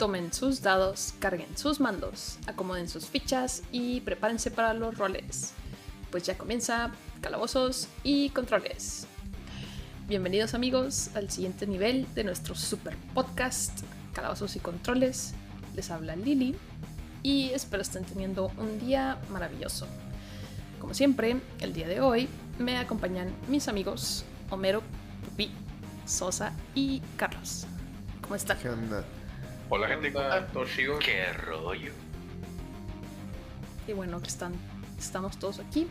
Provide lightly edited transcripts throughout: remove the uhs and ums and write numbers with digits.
tomen sus dados, carguen sus mandos, acomoden sus fichas y prepárense para los roles. Pues ya comienza Calabozos y Controles. Bienvenidos amigos al siguiente nivel de nuestro super podcast Calabozos y Controles. Les habla Lili y espero estén teniendo un día maravilloso. Como siempre, el día de hoy me acompañan mis amigos Homero, Pupi, Sosa y Carlos. ¿Cómo están? ¿Qué onda? Hola gente, ¿cómo están? ¿Todo chido? ¡Qué rollo! Y bueno, estamos todos aquí.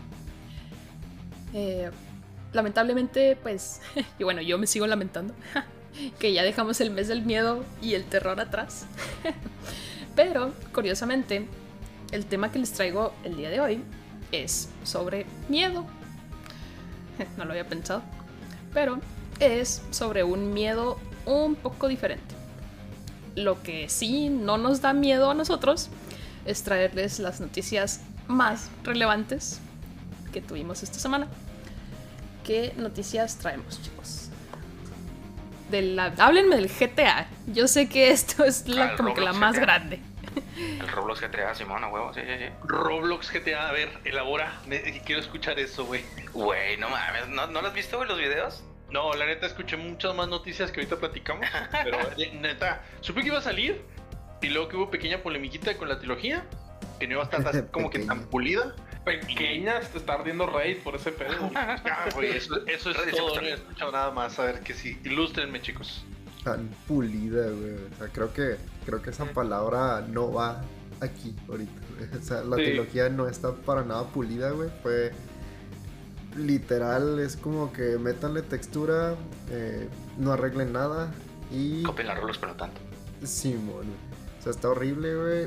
Lamentablemente, pues, y bueno, yo me sigo lamentando que ya dejamos el mes del miedo y el terror atrás. Pero, curiosamente, el tema que les traigo el día de hoy es sobre miedo. No lo había pensado, pero es sobre un miedo un poco diferente. Lo que sí no nos da miedo a nosotros es traerles las noticias más relevantes que tuvimos esta semana. ¿Qué noticias traemos, chicos? Háblenme del GTA. Yo sé que esto es como que la más grande. El Roblox GTA, Simón, a huevo, sí. Roblox GTA, a ver, elabora. Quiero escuchar eso, güey. Güey, no mames, ¿no lo has visto, güey, los videos? No, la neta, escuché muchas más noticias que ahorita platicamos. Pero neta, supe que iba a salir. Y luego que hubo pequeña polemiquita con la trilogía. Que no iba a estar así como que tan pulida. Pequeña, te está ardiendo Raid por ese pedo. Ya, güey, eso es todo. No he escuchado nada más. A ver que sí. Ilústrenme, chicos. Tan pulida, güey. O sea, creo que esa palabra no va aquí ahorita, güey. O sea, la trilogía no está para nada pulida, güey. Fue literal, es como que métanle textura, no arreglen nada y... Copien la Roblox, pero no tanto. Sí, bueno. O sea, está horrible, güey.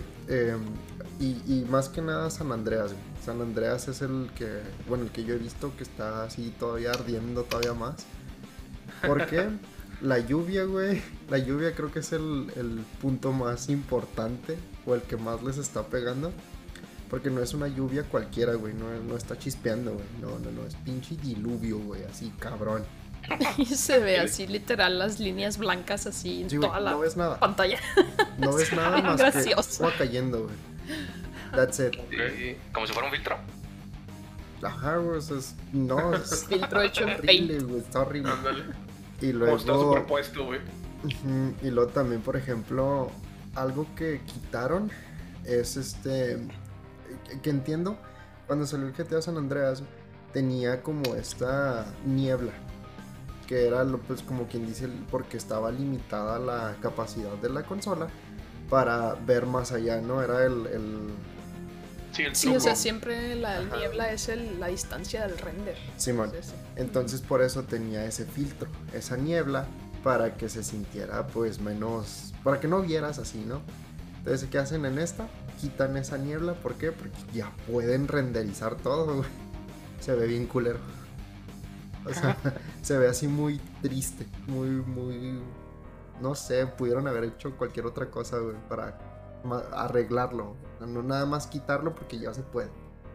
Y más que nada San Andreas, güey. San Andreas es el que yo he visto que está así todavía ardiendo todavía más. ¿Por qué? La lluvia, güey. La lluvia creo que es el punto más importante o el que más les está pegando. Porque no es una lluvia cualquiera, güey. No está chispeando, güey. No. Es pinche diluvio, güey. Así, cabrón. Y se ve así, literal, las líneas blancas así en toda la pantalla. No ves nada más gracioso. Que agua cayendo, güey. That's it. Okay. Como si fuera un filtro. Ajá, güey. Es filtro hecho en horrible, güey. Está horrible. Ándale. Y luego está superpuesto, güey. Y luego también, por ejemplo, algo que quitaron es que entiendo, cuando salió el GTA San Andreas tenía como esta niebla, que era pues como quien dice, porque estaba limitada la capacidad de la consola para ver más allá, ¿no? Era el Sí, o sea, siempre la niebla es la distancia del render. Simón. Entonces por eso tenía ese filtro, esa niebla, para que se sintiera pues menos, para que no vieras así, ¿no? Entonces, ¿qué hacen en esta? Quitan esa niebla, ¿por qué? Porque ya pueden renderizar todo, güey. Se ve bien culero. O sea, se ve así muy triste, muy... No sé, pudieron haber hecho cualquier otra cosa, güey, para arreglarlo. No nada más quitarlo porque ya se puede.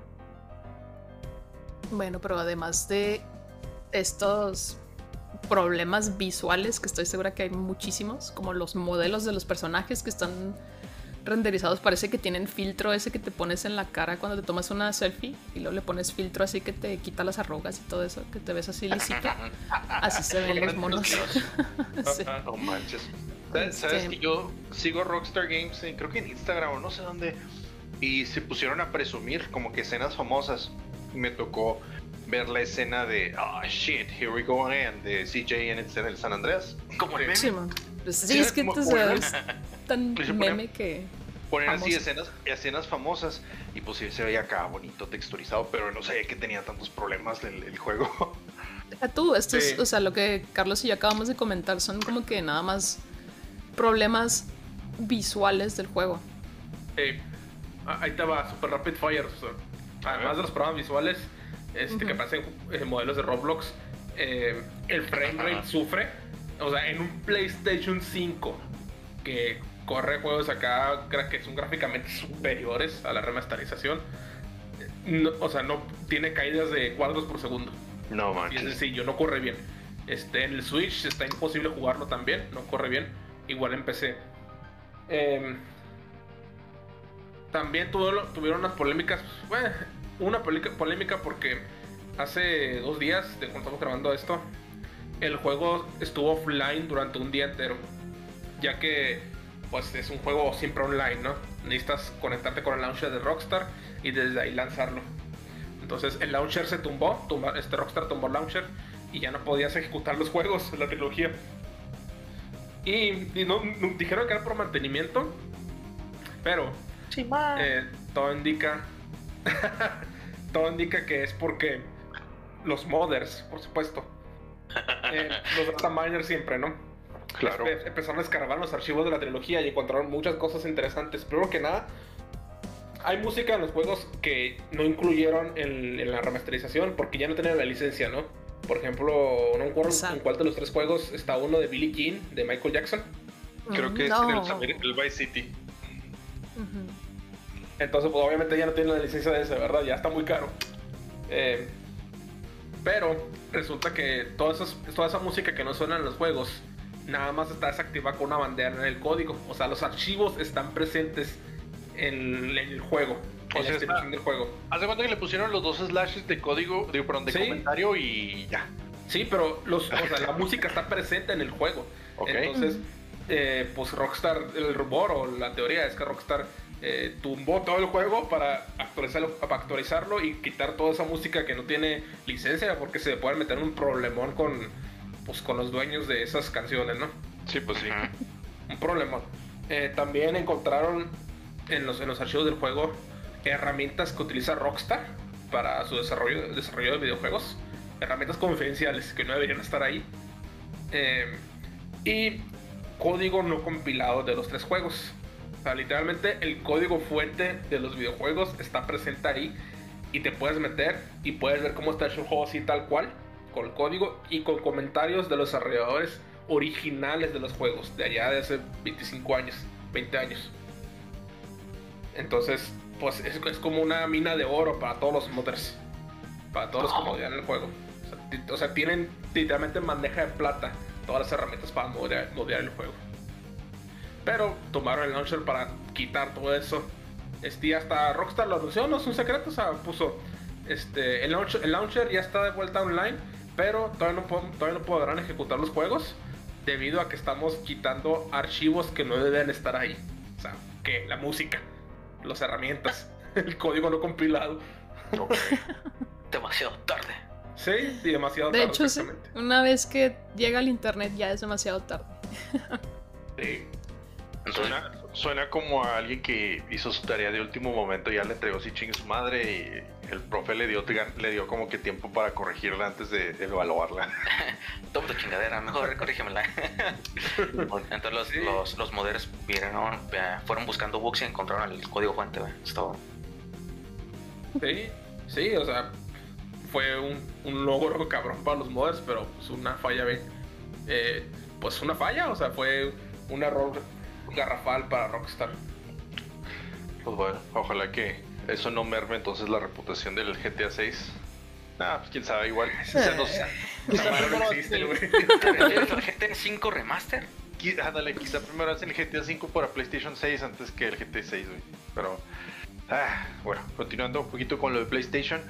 Bueno, pero además de estos problemas visuales, que estoy segura que hay muchísimos, como los modelos de los personajes que están renderizados, parece que tienen filtro ese que te pones en la cara cuando te tomas una selfie y luego le pones filtro así que te quita las arrugas y todo eso, que te ves así lisito. Así se ven los monos. Sí. No manches. ¿Sabes que yo sigo Rockstar Games, creo que en Instagram o no sé dónde, y se pusieron a presumir como que escenas famosas? Me tocó ver la escena de shit, here we go again, de CJ en el San Andreas. Como el meme. Sí, man. Pues sí, es que es tan meme que... Ponen así escenas famosas y pues sí se veía acá bonito, texturizado, pero no sabía que tenía tantos problemas el juego. Esto es, o sea, lo que Carlos y yo acabamos de comentar son como que nada más problemas visuales del juego. Ahí te va, super rapid fire. Además de los problemas visuales que parecen modelos de Roblox, el frame rate sufre. O sea, en un PlayStation 5 que corre juegos acá que son gráficamente superiores a la remasterización, o sea, no tiene caídas de cuadros por segundo. No manches. Y es sencillo, no corre bien. En el Switch está imposible jugarlo también, no corre bien. Igual en PC. También tuvieron unas polémicas. Bueno, una polémica porque hace 2 días de cuando estamos grabando esto, el juego estuvo offline durante un día entero, ya que pues es un juego siempre online, ¿no? Necesitas conectarte con el launcher de Rockstar y desde ahí lanzarlo. Entonces el launcher se tumbó, Rockstar tumbó el launcher y ya no podías ejecutar los juegos, la trilogía. Y dijeron que era por mantenimiento, pero todo indica que es porque los modders, por supuesto, los data miners siempre, ¿no? Claro. Empezaron a escarbar los archivos de la trilogía y encontraron muchas cosas interesantes. Primero que nada, hay música en los juegos que no incluyeron en la remasterización porque ya no tenían la licencia, ¿no? Por ejemplo, no me acuerdo en cuál de los 3 juegos está uno de Billie Jean, de Michael Jackson. Creo que No. es el Vice City. Entonces, pues obviamente ya no tienen la licencia de ese, ¿verdad? Ya está muy caro. Pero resulta que toda esa música que no suena en los juegos, nada más está desactivada con una bandera en el código. O sea, los archivos están presentes en el juego. En la extensión del juego. Haz de cuenta que le pusieron los 2 slashes de código, de comentario y ya. Sí, pero o sea, la música está presente en el juego. Okay. Entonces, pues Rockstar, el rumor o la teoría es que Rockstar tumbó todo el juego para actualizarlo y quitar toda esa música que no tiene licencia, porque se pueden meter en un problemón con los dueños de esas canciones, ¿no? Sí, pues sí. Un problemón. También encontraron en los archivos del juego herramientas que utiliza Rockstar para su desarrollo de videojuegos, herramientas confidenciales que no deberían estar ahí, y código no compilado de los 3 juegos. O sea, literalmente el código fuente de los videojuegos está presente ahí y te puedes meter y puedes ver cómo está hecho el juego así tal cual, con el código y con comentarios de los desarrolladores originales de los juegos de allá de hace 25 años, 20 años. Entonces, pues es como una mina de oro para todos los modders, para todos los que modean el juego. O sea, tienen literalmente en bandeja de plata todas las herramientas para modear el juego. Pero tomaron el launcher para quitar todo eso. Hasta Rockstar lo anunció, no es un secreto, o sea, puso el launcher ya está de vuelta online, pero todavía no podrán ejecutar los juegos debido a que estamos quitando archivos que no deben estar ahí. O sea, que la música, las herramientas, el código no compilado. Demasiado tarde. Sí, y demasiado tarde. De hecho, sí, una vez que llega el internet ya es demasiado tarde. Sí. Entonces, Suena como a alguien que hizo su tarea de último momento, ya le entregó si chingue su madre y el profe le dio como que tiempo para corregirla antes de evaluarla. toma tu chingadera, mejor corrígemela. Entonces los modders fueron buscando bugs y encontraron el código fuente, ¿ve? Es todo. Sí, o sea, fue un logro cabrón para los modders, pero pues una falla, pues una falla, o sea, fue un error garrafal para Rockstar. Pues bueno, ojalá que eso no merme entonces la reputación del GTA 6. Pues quién sabe, igual. No existe, güey. ¿El GTA 5 Remaster? Ándale, quizá primero hacen el GTA 5 para PlayStation 6 antes que el GTA 6, güey. Pero, bueno, continuando un poquito con lo de PlayStation.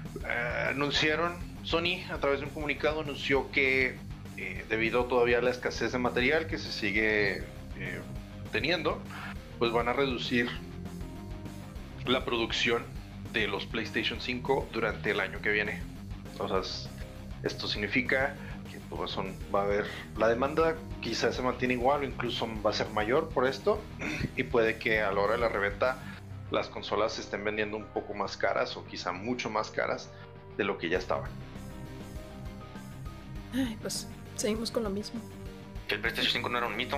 Sony a través de un comunicado anunció que debido todavía a la escasez de material que se sigue teniendo, pues van a reducir la producción de los PlayStation 5 durante el año que viene. Entonces, esto significa que pues, va a haber la demanda, quizás se mantiene igual o incluso va a ser mayor por esto, y puede que a la hora de la reventa las consolas se estén vendiendo un poco más caras o quizá mucho más caras de lo que ya estaban. Ay, pues seguimos con lo mismo. Que el PlayStation 5 no era un mito.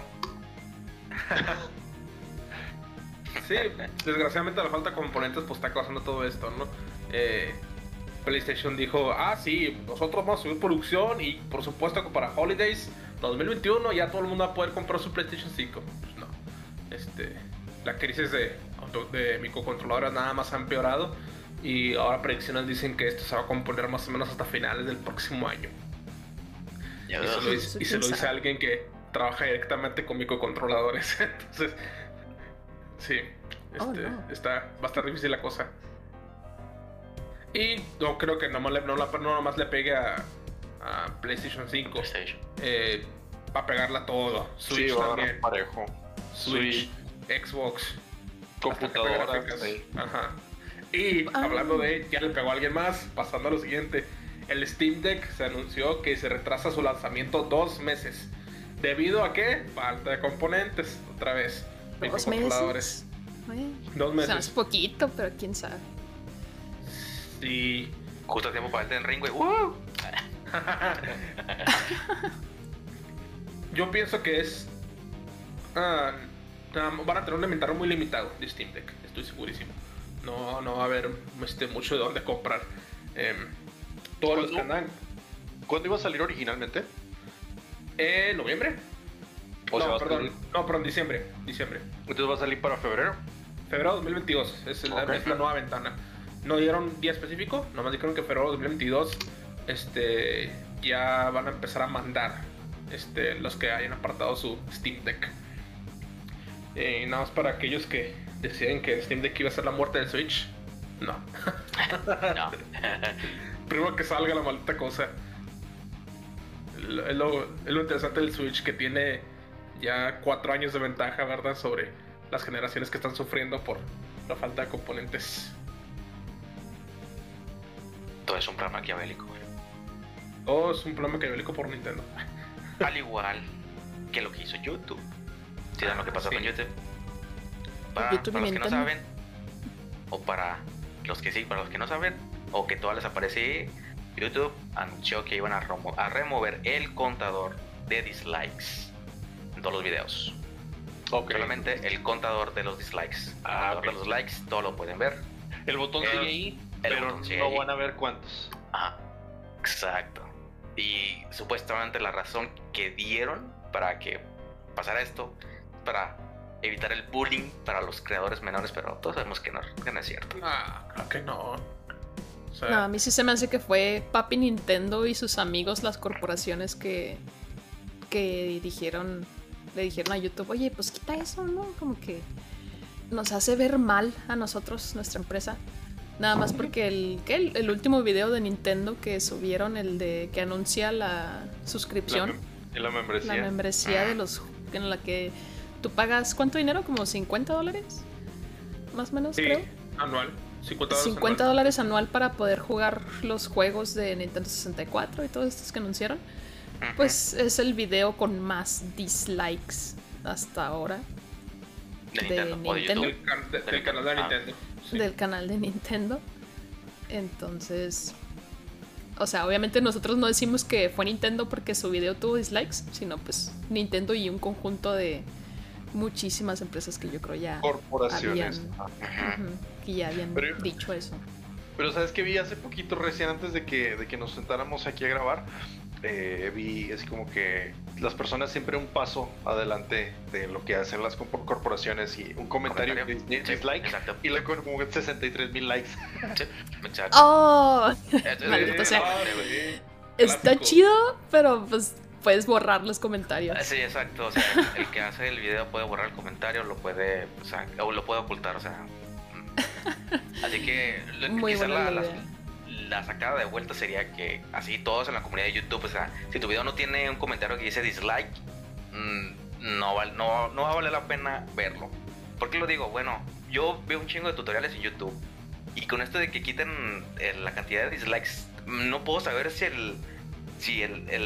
Sí, desgraciadamente la falta de componentes pues está causando todo esto, ¿no? PlayStation dijo, sí, nosotros vamos a subir producción y por supuesto que para Holidays 2021 ya todo el mundo va a poder comprar su PlayStation 5. Pues no, la crisis de microcontroladores nada más ha empeorado y ahora predicciones dicen que esto se va a componer más o menos hasta finales del próximo año. Y se lo dice alguien que trabaja directamente con microcontroladores. Entonces, Sí, No. va a estar difícil la cosa. Y no creo que no nomás le pegue a PlayStation 5. PlayStation. Va a pegarla a todo. Switch sí, va a también. dar parejo. Switch, Xbox, Computadora. gráficas. Sí. Ajá. Y hablando de, ya le pegó a alguien más, pasando a lo siguiente. El Steam Deck se anunció que se retrasa su lanzamiento 2 meses. ¿Debido a qué? Falta de componentes, otra vez. 2 Microcontroladores. meses. 2 O sea, meses. es poquito, pero quién sabe. Sí. Justo a tiempo para el Den Ring, güey. ¡Woo! Yo pienso que es... van a tener un inventario muy limitado de Steam Deck, estoy segurísimo. No va a haber mucho de dónde comprar. Todos los que andan... ¿Cuándo iba a salir originalmente? ¿Noviembre? O sea, No, va a perdón. salir- No, perdón, diciembre. Entonces va a salir para febrero. Febrero 2022 es la nueva ventana. No dieron día específico, nomás dijeron que febrero 2022 ya van a empezar a mandar los que hayan apartado su Steam Deck. Y nada más para aquellos que deciden que el Steam Deck iba a ser la muerte del Switch. No. No. Primero que salga la maldita cosa. Es lo interesante del Switch, que tiene ya 4 años de ventaja, ¿verdad? Sobre las generaciones que están sufriendo por la falta de componentes. Todo es un plan maquiavélico, güey. Todo es un plan maquiavélico por Nintendo. Al igual que lo que hizo YouTube. ¿Sí saben lo que pasó Sí. con YouTube? YouTube y Para los que no Nintendo. saben, o para los que sí, para los que no saben, o que todas les aparece, YouTube anunció que iban a remover el contador de dislikes en todos los videos. Ok. Solamente el contador de los dislikes. El contador ok. de los likes, todo lo pueden ver. El botón sigue ahí, pero botón sigue no ahí. van a ver cuántos. Ajá, exacto. Y supuestamente la razón que dieron para que pasara esto, para evitar el bullying para los creadores menores, pero todos sabemos que no es cierto. Claro que no. O sea, No, a mí sí se me hace que fue Papi Nintendo y sus amigos, las corporaciones que le dijeron a YouTube, oye, pues quita eso, ¿no? Como que nos hace ver mal a nosotros, nuestra empresa. Nada más porque el último video de Nintendo que subieron, el de que anuncia la suscripción, La membresía. la membresía de los en la que tú pagas, ¿cuánto dinero? ¿Como $50? Más o menos, sí, creo. anual. $50 anual para poder jugar los juegos de Nintendo 64 y todos estos que anunciaron. Pues es el video con más dislikes hasta ahora De de Nintendo, o de Nintendo. YouTube. Del canal de Ah. Nintendo. Sí. Del canal de Nintendo. Entonces, o sea, obviamente nosotros no decimos que fue Nintendo porque su video tuvo dislikes, sino pues Nintendo y un conjunto de muchísimas empresas que yo creo ya Corporaciones. habían, Ajá. que ya habían Pero- dicho eso. Pero sabes que vi hace poquito, recién antes de que nos sentáramos aquí a grabar, vi así como que las personas siempre un paso adelante de lo que hacen las corporaciones, y un comentario que Sí, dislike exacto. y luego como 63,000 likes. Sí, exacto. ¡Oh! Es- Maldito sea. sí. Está Clásico. chido, pero pues puedes borrar los comentarios. Sí, exacto. O sea, el que hace el video puede borrar el comentario, lo puede, o sea, o lo puede ocultar, o sea. Así que Muy quizás buena la, idea. la sacada de vuelta sería que así todos en la comunidad de YouTube, o sea, si tu video no tiene un comentario que dice dislike, no va a valer la pena verlo. ¿Por qué lo digo? Bueno, yo veo un chingo de tutoriales en YouTube y con esto de que quiten la cantidad de dislikes, no puedo saber si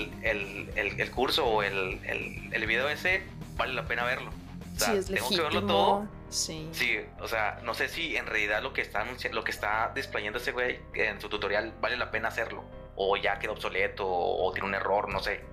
el curso o el video ese vale la pena verlo. O sea, Si es tengo que legítimo. verlo todo. Sí. Sí, o sea, no sé si en realidad lo que está displayando ese güey en su tutorial vale la pena hacerlo, o ya quedó obsoleto, o tiene un error, no sé.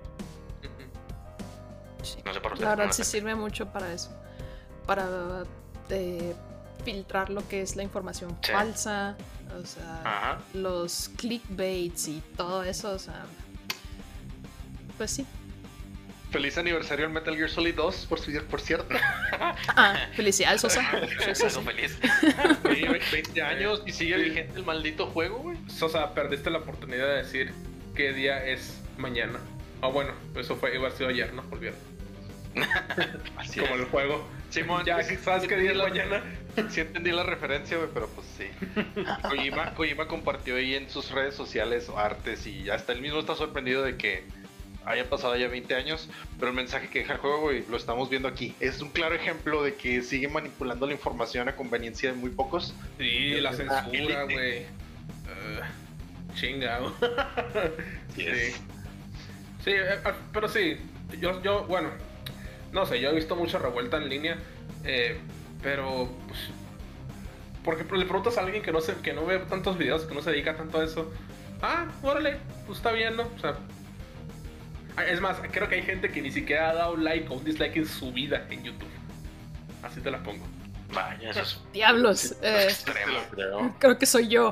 Sí. No sé para ustedes. La verdad no sí sé. sirve mucho para eso. Para filtrar lo que es la información Sí. falsa. O sea, Ajá. los clickbaits y todo eso. O sea, pues sí. Feliz aniversario al Metal Gear Solid 2, por cierto. Felicidades, Sosa. Sí, sí, Algo sí. feliz. Sí, 20 años y sigue vigente el maldito juego, güey. Sosa, perdiste la oportunidad de decir qué día es mañana. Ah, bueno, eso iba a ser ayer, ¿no? Olvídalo. Así como es. el juego. Simón, Ya, pues, ¿sabes qué día es la- mañana? Sí entendí la referencia, güey, pero pues sí. Kojima compartió ahí en sus redes sociales artes y hasta él mismo está sorprendido de que haya pasado ya 20 años, pero el mensaje que deja el juego, güey, lo estamos viendo aquí. Es un claro ejemplo de que sigue manipulando la información a conveniencia de muy pocos. Sí, la censura, élite. güey. Chinga. Yes. Sí, pero sí, yo, bueno, no sé, yo he visto mucha revuelta en línea, pero, pues, porque le preguntas a alguien que no ve tantos videos, que no se dedica tanto a eso, órale, pues está bien, ¿no? O sea, es más, creo que hay gente que ni siquiera ha dado un like o un dislike en su vida en YouTube. Así te la pongo. Vaya, eso es Diablos. extremo. Creo que soy yo.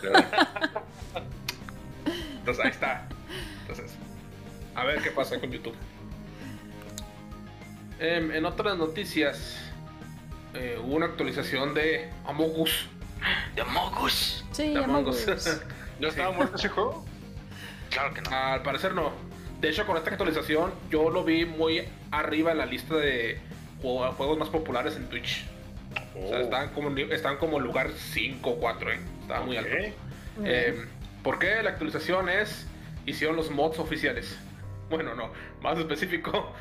Entonces, ahí está. Entonces, a ver qué pasa con YouTube. En otras noticias, hubo una actualización de Among Us. De Mogus. Sí, De Among Among Us. Us. ¿No estaba muerto ese juego? Claro que no. Al parecer no. De hecho, con esta actualización yo lo vi muy arriba en la lista de juegos más populares en Twitch. O sea, estaban como lugar 5 o 4, Estaba muy alto. ¿Por qué? La actualización hicieron los mods oficiales. Bueno, no, más específico.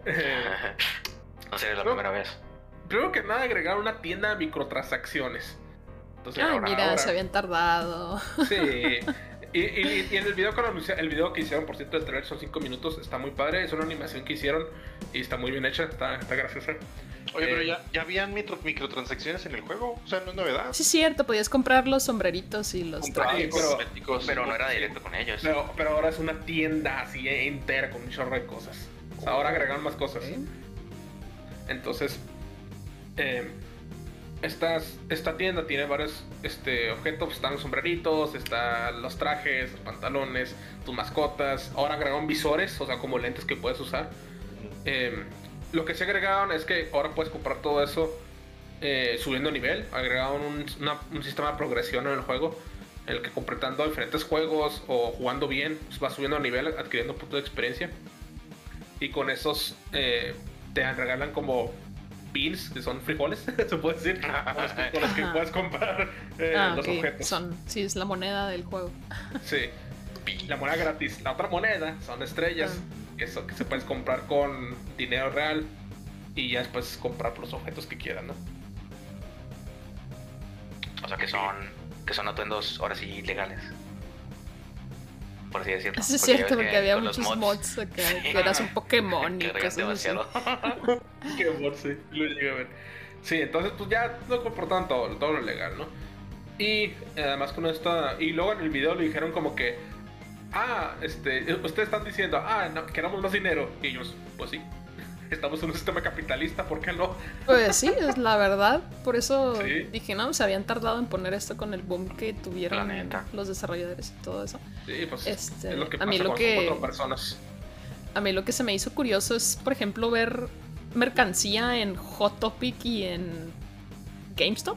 No sería la no. primera vez. Primero que nada agregaron una tienda de microtransacciones. Entonces, Ay, mira, se habían tardado. Sí. Y en el video el video que hicieron, por cierto, el trailer son 5 minutos, está muy padre, es una animación que hicieron y está muy bien hecha, está graciosa. Oye, pero ya habían microtransacciones en el juego, o sea, no es novedad. Sí, es cierto, podías comprar los sombreritos y los Comprar trajes. Pero no era directo con ellos. Pero ahora es una tienda así entera con un chorro de cosas. O sea, ahora agregaron más cosas. Entonces, esta tienda tiene varios objetos. Están los sombreritos, están los trajes, los pantalones, tus mascotas. Ahora agregaron visores, o sea, como lentes que puedes usar. Lo que se agregaron es que ahora puedes comprar todo eso subiendo nivel. Agregaron un sistema de progresión en el juego, en el que completando diferentes juegos o jugando bien, pues vas subiendo nivel, adquiriendo puntos de experiencia. Y con esos te regalan como beans, que son frijoles, se puede decir, con los que puedes comprar los objetos. Sí, es la moneda del juego. Sí, la moneda gratis. La otra moneda son estrellas, eso que se puedes comprar con dinero real y ya después comprar los objetos que quieran, ¿no? O sea, que son atuendos ahora sí legales, por así decirlo. Eso es cierto, porque había con los muchos mods acá, que eras un Pokémon y que cosas así. demasiado. Qué mod, sí, lo llegué a ver. Sí, entonces pues ya no comportaban todo lo legal, ¿no? Y además con esta... Y luego en el video le dijeron como que... ustedes están diciendo, no, queremos más dinero. Y ellos, pues sí, estamos en un sistema capitalista, ¿por qué no? Pues sí, es la verdad. Por eso Sí. dije, no, se habían tardado en poner esto con el boom que tuvieron La neta. los desarrolladores y todo eso. Sí, pues es lo que a pasa mí lo con que- 4 personas. A mí lo que se me hizo curioso es, por ejemplo, ver mercancía en Hot Topic y en GameStop.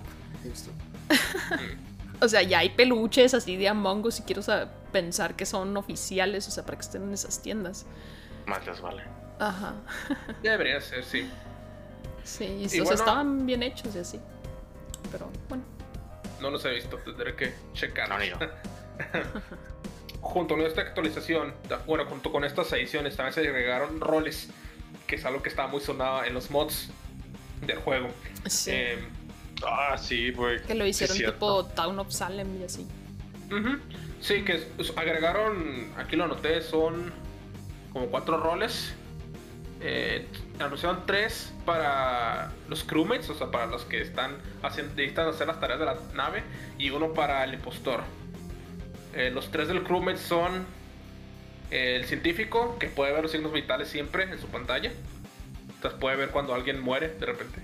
O sea, ya hay peluches así de Among Us y quiero pensar que son oficiales, o sea, para que estén en esas tiendas. Más les vale. Ajá. Ya debería ser, sí. Sí, Y o sea, bueno, estaban bien hechos y así. Pero bueno. No los he visto, tendré que checar. No, ni yo. Junto con esta actualización, bueno, junto con estas ediciones, también se agregaron roles, que es algo que estaba muy sonado en los mods del juego. Sí. Sí, güey. Que lo hicieron Sí, tipo Town of Salem y así. Sí, que agregaron, aquí lo anoté, son como 4 roles. Anunciaron 3 para los crewmates, o sea, para los que necesitan hacer las tareas de la nave, y 1 para el impostor. Los 3 del crewmate son el científico, que puede ver los signos vitales siempre en su pantalla. Entonces puede ver cuando alguien muere de repente.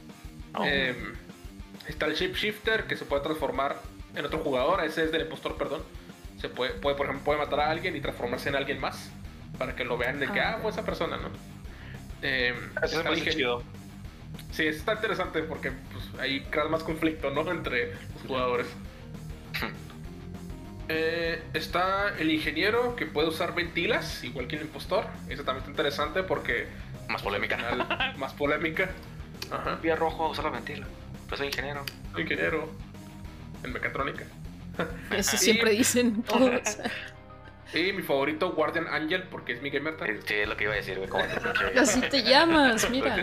Está el shapeshifter, que se puede transformar en otro jugador. Ese es del impostor, perdón. Por ejemplo, puede matar a alguien y transformarse en alguien más, para que lo vean de que, fue esa persona, ¿no? Eso me parece chido. Sí, eso está interesante porque pues, ahí crea más conflicto, ¿no? Entre los jugadores. Está el ingeniero, que puede usar ventilas, igual que el impostor. Eso también está interesante porque Más polémica. Más polémica. Ajá. Vía rojo, usar la ventila. Pues soy ingeniero. Soy ingeniero en mecatrónica. Eso siempre dicen todos. Y mi favorito, Guardian Angel, porque es mi gamer tag. Sí, es lo que iba a decir, güey. ¿Cómo Así te llamas, mira.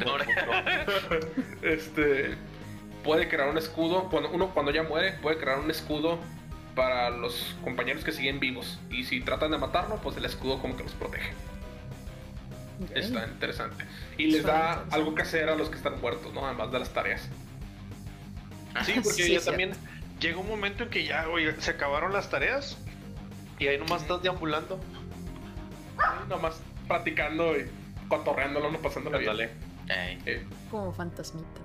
Puede crear un escudo. Cuando ya muere, puede crear un escudo para los compañeros que siguen vivos. Y si tratan de matarlo, pues el escudo como que los protege. Okay. Está interesante. Y les da algo que hacer a los que están muertos, ¿no? Además de las tareas. Sí, porque Sí, ya es también llega un momento en que ya, oye, se acabaron las tareas y ahí nomás estás deambulando. Nomás practicando y cotorreándolo, no pasándolo bien. Dale. Como fantasmita.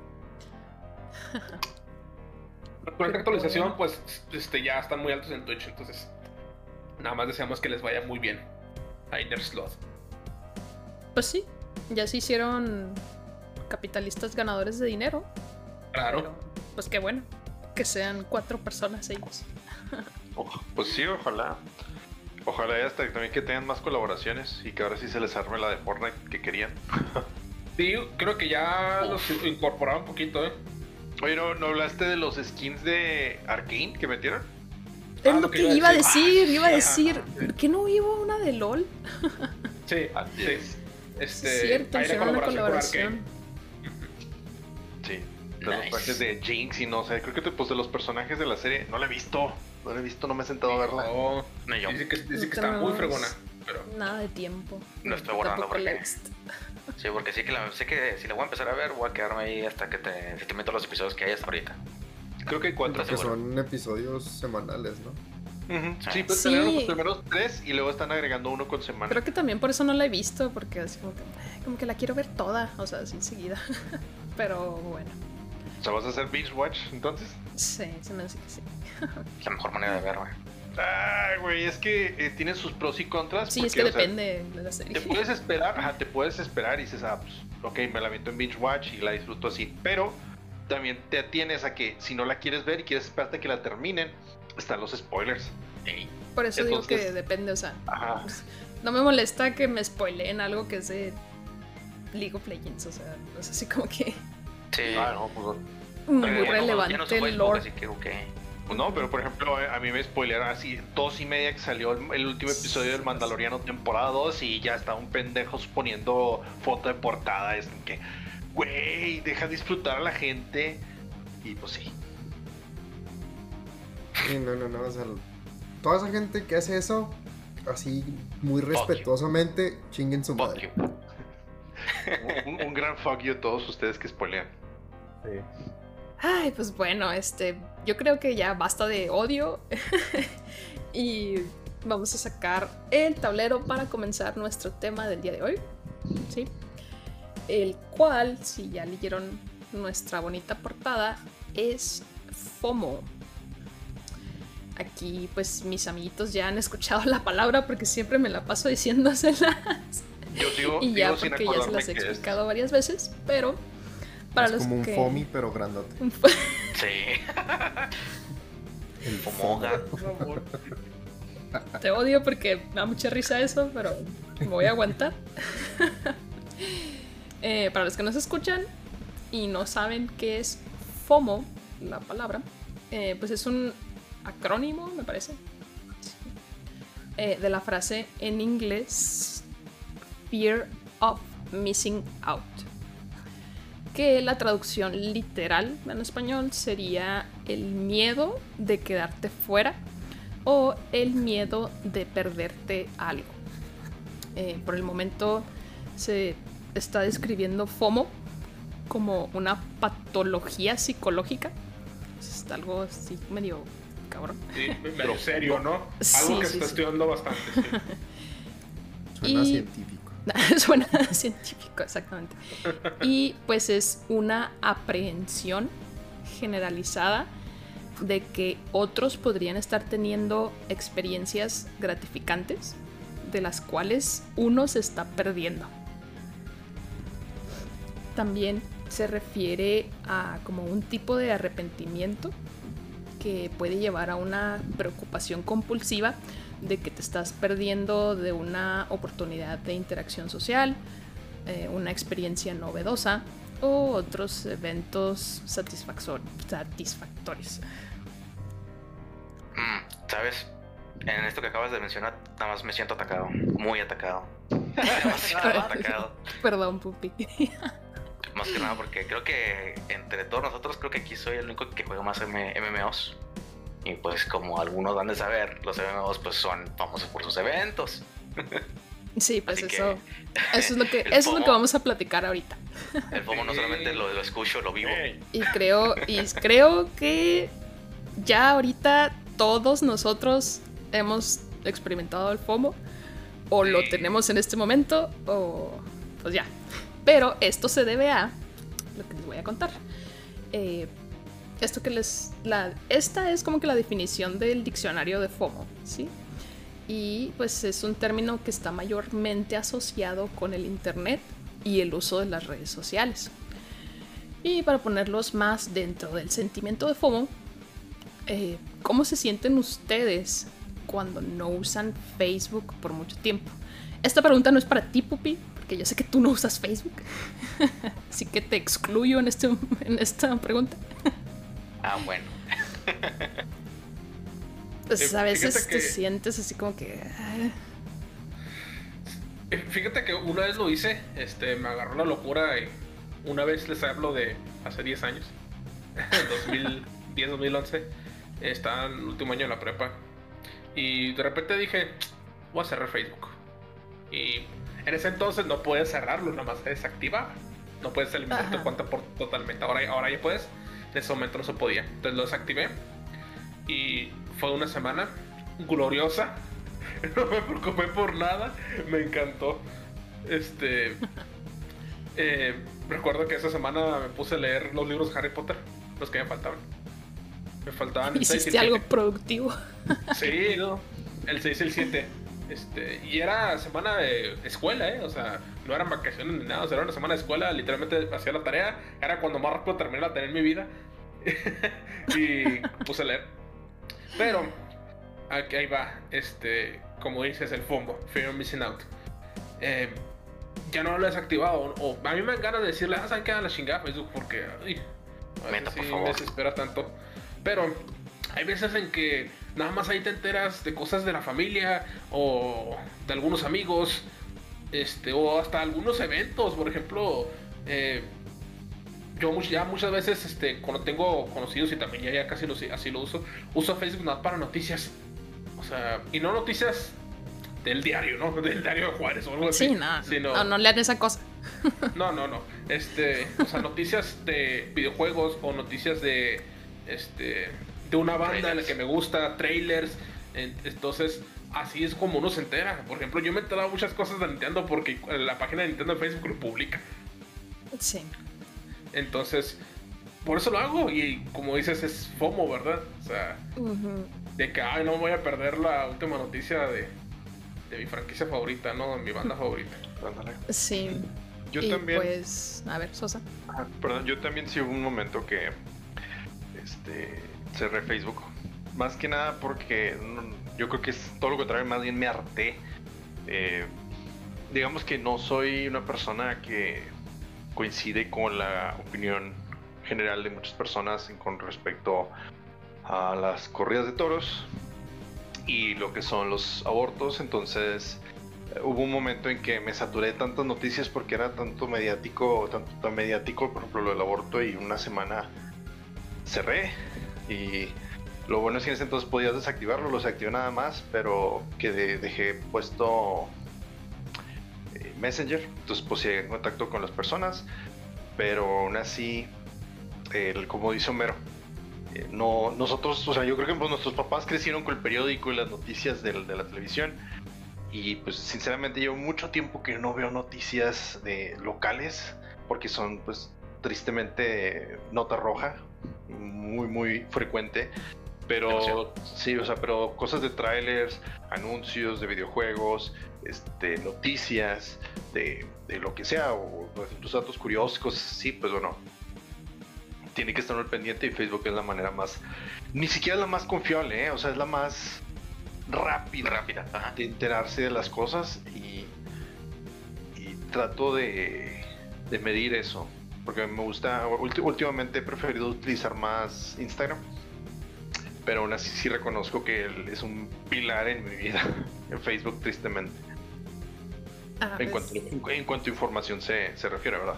Con esta actualización, pues ya están muy altos en Twitch, entonces nada más deseamos que les vaya muy bien a Inner Sloth. Pues sí, ya se hicieron capitalistas ganadores de dinero. Claro. Pero, pues qué bueno, que sean 4 personas ellos. Pues sí, ojalá. Ojalá y hasta también que tengan más colaboraciones y que ahora sí se les arme la de Fortnite que querían. Sí, creo que ya los incorporaron un poquito, Oye, ¿no hablaste de los skins de Arcane que metieron? Es lo que iba a decir. ¿Por qué no hubo una de LOL? Sí, Así es. Es cierto, hay hicieron una con colaboración. Sí, de los trajes de Jinx y no sé, creo que de los personajes de la serie no la he visto, no me he sentado a verla. No, No, yo. dice que está muy fregona. Pero Nada de tiempo. No estoy borrando Tampoco la he porque... visto. Sí, porque sé que si la voy a empezar a ver, voy a quedarme ahí hasta que te meto los episodios que hay hasta ahorita. Creo que hay 4. Que son episodios semanales, ¿no? Sí, pues Sí. salieron los primeros 3 y luego están agregando uno con semana. Creo que también por eso no la he visto, porque así como que la quiero ver toda, o sea, así enseguida. Pero bueno, O sea, ¿vas a hacer binge watch entonces? sí, se me hace que sí. Es la mejor manera de ver, güey. Ay, güey, es que tiene sus pros y contras. Sí, porque, es que o sea, depende de la serie. te puedes esperar y dices, pues, ok, me la meto en binge watch y la disfruto así. Pero también te atienes a que si no la quieres ver y quieres esperarte a que la terminen, están los spoilers. Por eso Entonces, digo que depende, o sea, Ajá. no me molesta que me spoileen algo que es de League of Legends, o sea, es así como que Sí. No, pues, muy Pero ya no relevante uso el Facebook, lore. así que, ok. pues no, pero por ejemplo, a mí me spoilearon así 2:30 que salió el último episodio del Mandaloriano temporada 2 y ya está un pendejo poniendo foto de portada. Es que, güey, deja disfrutar a la gente. Y pues sí. Sí, no, o sea, toda esa gente que hace eso, así muy you. respetuosamente, chinguen su Fuck madre. you. Un gran fuck you a todos ustedes que spoilean. Ay, pues bueno, yo creo que ya basta de odio y vamos a sacar el tablero para comenzar nuestro tema del día de hoy, ¿sí? El cual, si ya leyeron nuestra bonita portada, es FOMO. Aquí, pues, mis amiguitos ya han escuchado la palabra porque siempre me la paso diciéndoselas. Yo sigo, Y ya, sigo sin porque ya se acordarme las he qué es. explicado varias veces, pero para Es los como un que... FOMI, pero grandote. Sí. El Fomoga. por favor. Te odio porque me da mucha risa eso, pero me voy a aguantar. Para los que nos escuchan y no saben qué es FOMO, la palabra, pues es un acrónimo, me parece, de la frase en inglés Fear of Missing Out, que la traducción literal en español sería el miedo de quedarte fuera o el miedo de perderte algo. Por el momento se está describiendo FOMO como una patología psicológica. Es algo así medio cabrón. Sí, medio serio, ¿no? Algo Sí, que sí, se está sí. estudiando bastante. Sí. Suena Y- científico. Suena científico, exactamente. Y pues es una aprehensión generalizada de que otros podrían estar teniendo experiencias gratificantes de las cuales uno se está perdiendo. También se refiere a como un tipo de arrepentimiento que puede llevar a una preocupación compulsiva de que te estás perdiendo de una oportunidad de interacción social una experiencia novedosa o otros eventos satisfactorios. ¿Sabes? En esto que acabas de mencionar, nada más me siento atacado, muy atacado. Demasiado atacado. Perdón, Pupi. Más que nada porque creo que entre todos nosotros, creo que aquí soy el único que juega más MMOs. Y pues como algunos van de saber, los MMOs pues son famosos por sus eventos. Sí, pues eso es lo que vamos a platicar ahorita. El FOMO no solamente lo escucho, lo vivo. Y creo que ya ahorita todos nosotros hemos experimentado el FOMO, o lo tenemos en este momento, o pues ya. Pero esto se debe a lo que les voy a contar. Esta es como que la definición del diccionario de FOMO, ¿sí? Y pues es un término que está mayormente asociado con el internet y el uso de las redes sociales. Y para ponerlos más dentro del sentimiento de FOMO, ¿cómo se sienten ustedes cuando no usan Facebook por mucho tiempo? Esta pregunta no es para ti, Pupi, porque yo sé que tú no usas Facebook. Así que te excluyo en esta pregunta. Ah, bueno. Pues a veces te sientes así como que... Fíjate que una vez lo hice, me agarró la locura y una vez les hablo de hace 10 años, 2010, 2011, estaba en el último año de la prepa y de repente dije, voy a cerrar Facebook. Y en ese entonces no puedes cerrarlo, nada más se desactivaba, no puedes eliminar tu cuenta totalmente, ahora ya puedes, en ese momento no se podía, entonces lo desactivé y fue una semana gloriosa. No me preocupé por nada, me encantó. Recuerdo que esa semana me puse a leer los libros de Harry Potter, los que me faltaban. Me faltaban el 6 y el 7. ¿Hiciste algo productivo? Sí, no, el 6 y el 7. Y era semana de escuela, o sea, no eran vacaciones ni nada, o sea, era una semana de escuela, literalmente hacía la tarea, era cuando más rápido terminé la tarea en mi vida. Y puse a leer. Pero aquí ahí va, como dices, el FOMO, Fear of Missing Out. Ya no lo he desactivado, o a mí me dan ganas de decirle, ¿saben qué? A la chingada Facebook, porque a veces sí me desespera tanto. Pero hay veces en que nada más ahí te enteras de cosas de la familia, o de algunos amigos, o hasta algunos eventos. Por ejemplo, yo ya muchas veces, cuando tengo conocidos y también ya casi así lo uso Facebook nada para noticias. O sea, y no noticias del diario, ¿no? Del diario de Juárez o algo así. Sí, no lean esa cosa. No. O sea, noticias de videojuegos o noticias de una banda en la que me gusta, trailers. Entonces, así es como uno se entera. Por ejemplo, yo me he enterado muchas cosas de Nintendo porque la página de Nintendo en Facebook lo publica. Sí. Entonces, por eso lo hago. Y como dices, es FOMO, ¿verdad? O sea, de que no voy a perder la última noticia de mi franquicia favorita, ¿no? De mi banda favorita. Sí. Yo también. Pues, a ver, Sosa. Perdón, yo también sí hubo un momento que cerré Facebook. Más que nada porque yo creo que es todo lo contrario, más bien me harté. Digamos que no soy una persona que coincide con la opinión general de muchas personas con respecto a las corridas de toros y lo que son los abortos. Entonces hubo un momento en que me saturé de tantas noticias porque era tan mediático, por ejemplo lo del aborto, y una semana cerré. Y lo bueno es que en ese entonces podías desactivarlo, lo desactivé nada más, pero que dejé puesto Messenger, entonces pues en contacto con las personas, pero aún así, como dice Homero, nosotros, o sea, yo creo que pues, nuestros papás crecieron con el periódico y las noticias de la televisión, y pues sinceramente llevo mucho tiempo que no veo noticias locales, porque son pues tristemente nota roja, muy muy frecuente. Pero sí, o sea, pero cosas de trailers, anuncios de videojuegos, noticias de lo que sea, o tus datos curiosos, cosas así, pues bueno, tiene que estar al pendiente, y Facebook es la manera más, ni siquiera la más confiable, o sea, es la más rápida ajá, de enterarse de las cosas, y trato de medir eso. Porque me gusta, últimamente he preferido utilizar más Instagram. Pero aún así sí reconozco que es un pilar en mi vida. En Facebook, tristemente. En cuanto a información se refiere, ¿verdad?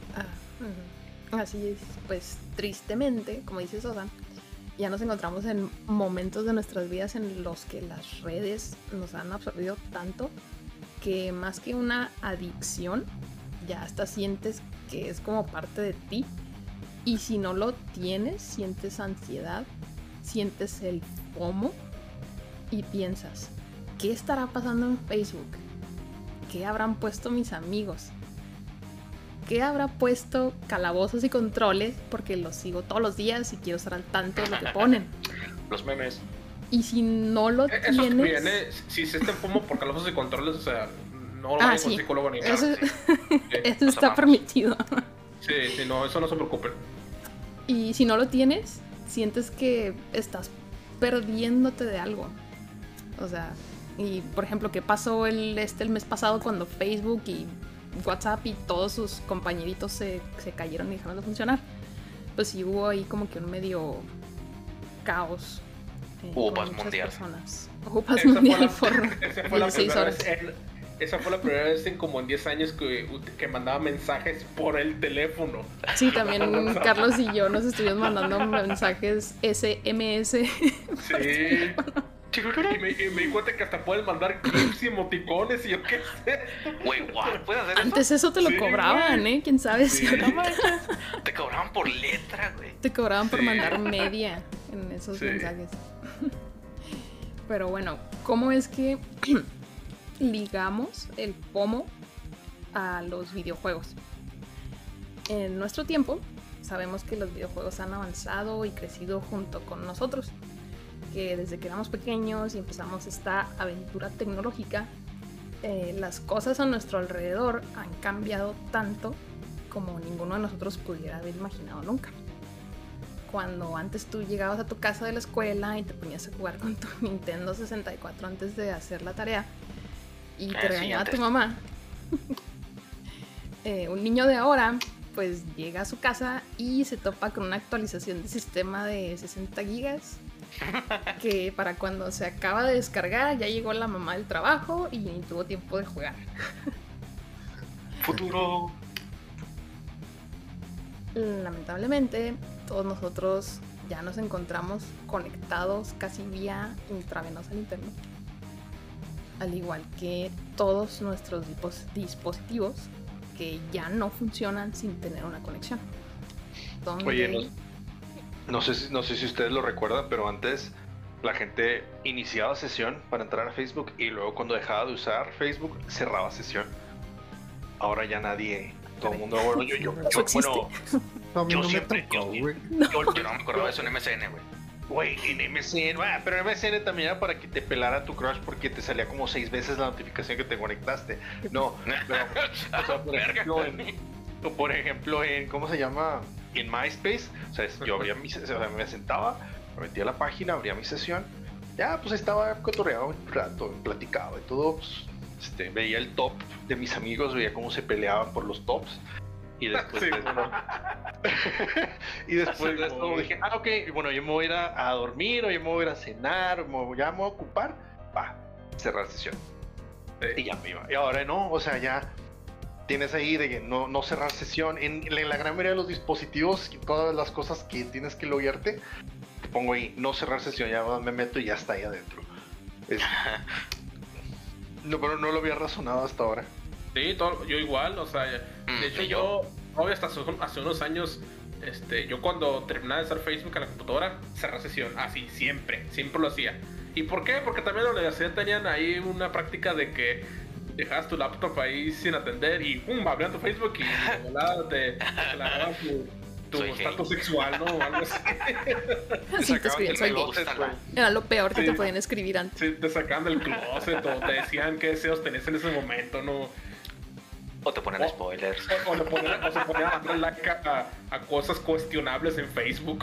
Así es, pues tristemente, como dice Sosa, ya nos encontramos en momentos de nuestras vidas en los que las redes nos han absorbido tanto que más que una adicción, ya hasta sientes que es como parte de ti, y si no lo tienes, sientes ansiedad, sientes el FOMO y piensas, ¿qué estará pasando en Facebook? ¿Qué habrán puesto mis amigos? ¿Qué habrá puesto Calabozos y Controles? Porque los sigo todos los días y quiero estar al tanto de lo que ponen. Los memes. Y si no lo tienes... Eso viene, si se está FOMO por Calabozos y Controles, o sea, no lo vayan con psicólogo ni nada. Eso está permitido. Sí, no, eso no se preocupen. Y si no lo tienes, sientes que estás perdiéndote de algo. O sea, y por ejemplo, ¿qué pasó el mes pasado cuando Facebook y WhatsApp y todos sus compañeritos se cayeron y dejaron de funcionar? Pues sí hubo ahí como que un medio caos. Hubo paz mundial. Hubo paz mundial por 16 horas. Esa fue la primera vez en como en 10 años que mandaba mensajes por el teléfono. Sí, también Carlos y yo nos estuvimos mandando mensajes SMS. Sí. Y me di cuenta que hasta puedes mandar clips y emoticones y yo qué sé. Güey, ¿puedes hacer Antes eso te lo cobraban, güey. ¿Quién sabe si te cobraban por letra, güey. Te cobraban por mandar media en esos mensajes. Pero bueno, ¿cómo es que ligamos el FOMO a los videojuegos? En nuestro tiempo sabemos que los videojuegos han avanzado y crecido junto con nosotros, que desde que éramos pequeños y empezamos esta aventura tecnológica, las cosas a nuestro alrededor han cambiado tanto como ninguno de nosotros pudiera haber imaginado nunca. Cuando antes tú llegabas a tu casa de la escuela y te ponías a jugar con tu Nintendo 64 antes de hacer la tarea y te regañaba tu mamá, un niño de ahora pues llega a su casa y se topa con una actualización de sistema de 60 gigas que para cuando se acaba de descargar ya llegó la mamá del trabajo y ni tuvo tiempo de jugar. Futuro. Lamentablemente todos nosotros ya nos encontramos conectados casi vía intravenosa al internet, al igual que todos nuestros dispositivos que ya no funcionan sin tener una conexión. Oye, no sé si ustedes lo recuerdan, pero antes la gente iniciaba sesión para entrar a Facebook y luego cuando dejaba de usar Facebook cerraba sesión. Ahora ya nadie, todo el mundo, bueno, yo siempre, yo no me acordaba de eso en MSN, güey, en MSN, pero en MSN también era para que te pelara tu crush porque te salía como 6 veces la notificación que te conectaste. No, pero, o sea, por ejemplo, en ¿cómo se llama? En MySpace, o sea, yo abría me sentaba, me metía a la página, abría mi sesión, ya pues estaba cotorreado un rato, platicaba y todo, pues, veía el top de mis amigos, veía cómo se peleaban por los tops. Y después de eso, y después de eso dije, ok, bueno, yo me voy a ir a dormir, o yo me voy a ir a cenar, o ya me voy a ocupar, cerrar sesión. Y ya me iba. Y ahora no, o sea, ya tienes ahí de que no cerrar sesión. En la gran mayoría de los dispositivos, todas las cosas que tienes que loguearte, te pongo ahí, no cerrar sesión, ya me meto y ya está ahí adentro. No, pero no lo había razonado hasta ahora. Sí, yo igual, o sea, de hecho yo hasta hace unos años, yo cuando terminaba de usar Facebook en la computadora, cerré sesión, así, siempre lo hacía. ¿Y por qué? Porque también en la universidad tenían ahí una práctica de que dejabas tu laptop ahí sin atender y ¡pum! Abrían tu Facebook y te aclarabas tu estatus sexual, ¿no? O algo así. Sí, te escribían, soy gay. Era lo peor que te podían escribir antes. Sí, te sacaban del closet o te decían qué deseos tenías en ese momento, ¿no? O te ponen spoilers. O se ponían a darle like a cosas cuestionables en Facebook.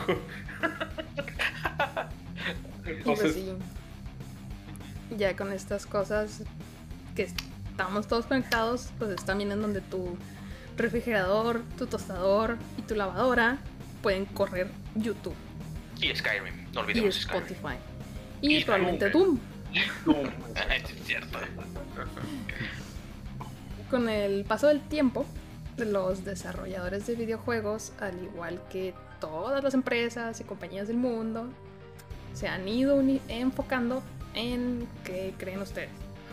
Entonces, pues sí, ya con estas cosas que estamos todos conectados, pues es también en donde tu refrigerador, tu tostador y tu lavadora pueden correr YouTube. Y Skyrim, no Y olvidemos Skyrim. Spotify. Y Y probablemente Doom. Doom. Es cierto. Con el paso del tiempo, los desarrolladores de videojuegos, al igual que todas las empresas y compañías del mundo, se han ido enfocando en qué creen ustedes.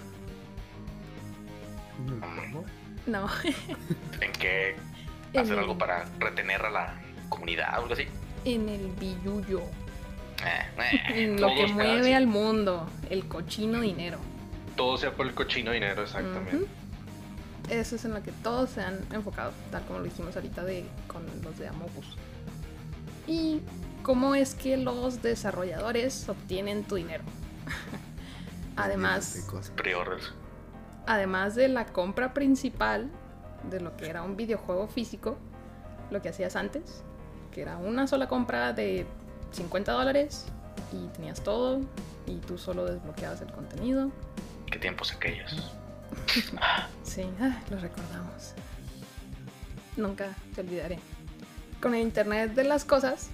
¿Cómo? No, ¿En qué En hacer el- algo para retener a la comunidad o algo así? en el billuyo, Eh, en lo que todos mueve casi. al mundo, el cochino dinero. Todo sea por el cochino dinero, exactamente. Ujú. Eso es en lo que todos se han enfocado, tal como lo dijimos ahorita con los de Amogus. ¿Y cómo es que los desarrolladores obtienen tu dinero? Además, De cosas. Pre-orders. además de la compra principal de lo que era un videojuego físico, lo que hacías antes, que era una sola compra de $50 y tenías todo y tú solo desbloqueabas el contenido. ¿Qué tiempos aquellos? Sí, lo recordamos. Nunca te olvidaré. Con el Internet de las cosas,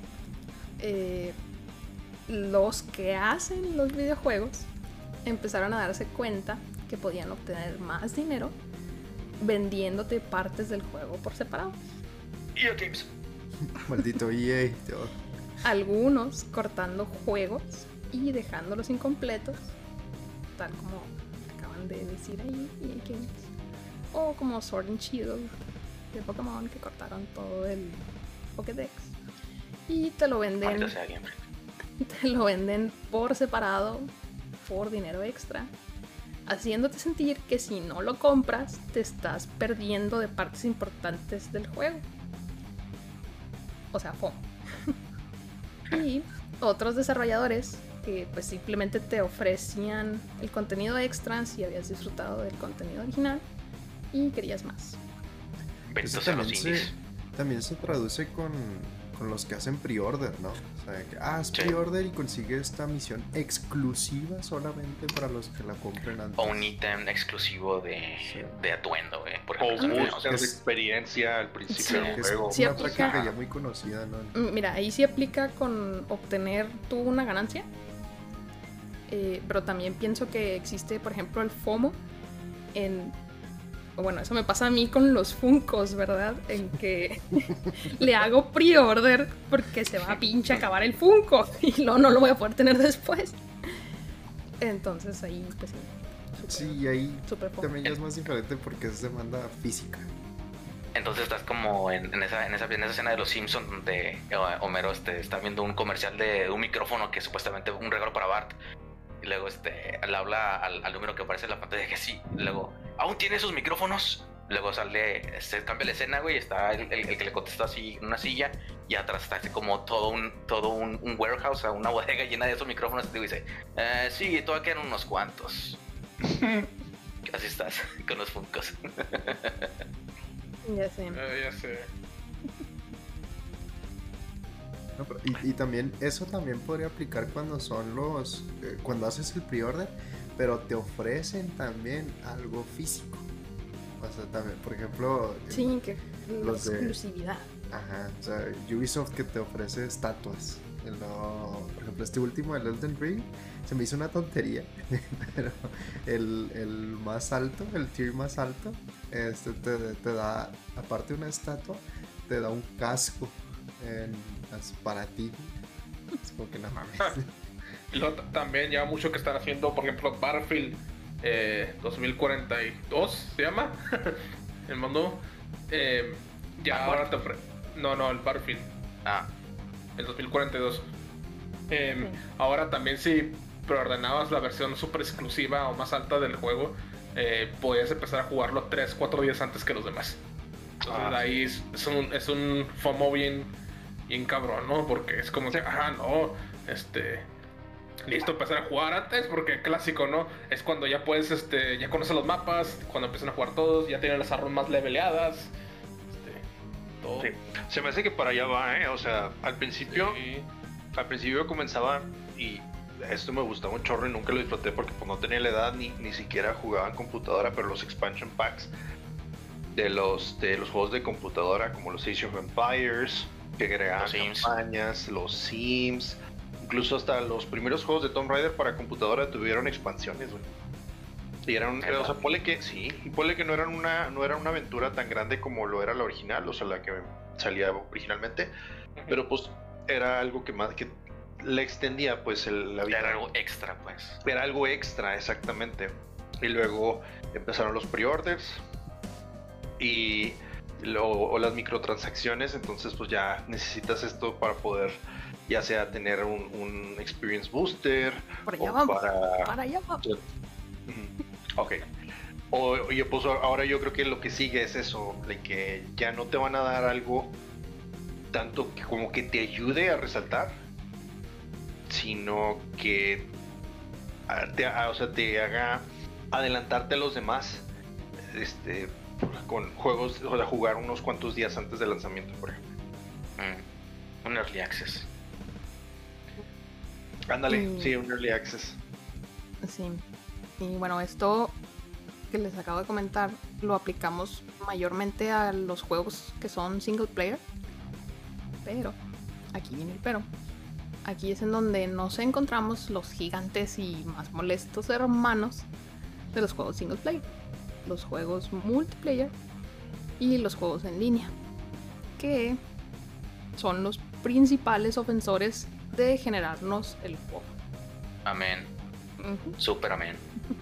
los que hacen los videojuegos empezaron a darse cuenta que podían obtener más dinero vendiéndote partes del juego por separado. EA Games. Maldito EA. Algunos cortando juegos y dejándolos incompletos, tal como acaban de decir ahí EA Games. O como Sword and Shield de Pokémon, que cortaron todo el Pokédex y te lo Maldita venden, sea Game Freak. te lo venden por separado por dinero extra, haciéndote sentir que si no lo compras te estás perdiendo de partes importantes del juego. O sea, FOMO. Y otros desarrolladores que pues simplemente te ofrecían el contenido extra si habías disfrutado del contenido original y querías más. Benditos Eso sean los indies. también se traduce con los que hacen pre-order, ¿no? O sea, que haz Sí. pre-order y consigue esta misión exclusiva solamente para los que la compren antes. O un ítem exclusivo Sí. de atuendo, por O ejemplo. booster de es- experiencia al principio Sí. del Que es juego. Sí, una aplica. práctica ya muy conocida, ¿no? Mira, ahí sí aplica con obtener tú una ganancia. Pero también pienso que existe, por ejemplo, el FOMO en... Bueno, eso me pasa a mí con los Funkos, ¿verdad? En que le hago pre-order porque se va a pinche acabar el Funko y luego no lo voy a poder tener después. Entonces ahí, pues sí. Sí, y ahí Súper FOMO. también ya es más diferente porque es demanda física. Entonces estás como en esa escena de Los Simpsons donde Homero está viendo un comercial de un micrófono que es supuestamente un regalo para Bart. Y luego le habla al número que aparece en la pantalla que sí. Y luego, ¿aún tiene esos micrófonos? Luego se cambia la escena, güey. Está el que le contesta así en una silla. Y atrás está así como todo un warehouse, o sea, una bodega llena de esos micrófonos. Y dice, sí, todavía quedan unos cuantos. Así estás con los Funkos. Ya sé. Ya sé. No, pero- y también, eso también podría aplicar cuando son cuando haces el pre-order, pero te ofrecen también algo físico. O sea, también, por ejemplo, Sí, que la los de- exclusividad. ajá, o sea, Ubisoft que te ofrece estatuas. Por ejemplo, este último, el Elden Ring, se me hizo una tontería, pero el más alto, el tier más alto, te da, aparte de una estatua, te da un casco para ti. Es como que no mames. Y luego también ya mucho que están haciendo, por ejemplo, Battlefield 2042 se llama el mundo. Ya ahora te no, el Battlefield, Ah, el 2042. Ahora también si preordenabas la versión super exclusiva o más alta del juego, podías empezar a jugarlo 3-4 días antes que los demás. Entonces ahí es un FOMO bien cabrón, ¿no? Porque es como que, no, listo, empezar a jugar antes, porque clásico, ¿no? Es cuando ya puedes, ya conoces los mapas, cuando empiezan a jugar todos, ya tienen las armas más leveleadas, todo. Sí. Se me hace que para allá va, ¿eh? O sea, al principio Sí. comenzaba y esto me gustaba un chorro y nunca lo disfruté porque pues no tenía la edad ni siquiera jugaba en computadora, pero los expansion packs de los juegos de computadora como los Age of Empires, que agregaban campañas, los Sims, incluso hasta los primeros juegos de Tomb Raider para computadora tuvieron expansiones, güey. Y eran, o sea, ponle que no era una aventura tan grande como lo era la original, o sea, la que salía originalmente, pero pues era algo que más que le extendía pues la vida. Era algo extra, pues. Era algo extra, exactamente. Y luego empezaron los pre-orders o las microtransacciones, entonces pues ya necesitas esto para poder ya sea tener un experience booster para allá vamos. Ok. Oye, pues ahora yo creo que lo que sigue es eso, de que ya no te van a dar algo tanto como que te ayude a resaltar, sino que te haga adelantarte a los demás, con juegos, o sea, jugar unos cuantos días antes del lanzamiento, por ejemplo. Un early access. Ándale, sí, un early access. Sí. Y bueno, esto que les acabo de comentar lo aplicamos mayormente a los juegos que son single player. Pero, aquí viene el pero. Aquí es en donde nos encontramos los gigantes y más molestos hermanos de los juegos single player. Los juegos multiplayer y los juegos en línea. Que son los principales ofensores de generarnos el FOMO. Amén. Super amén.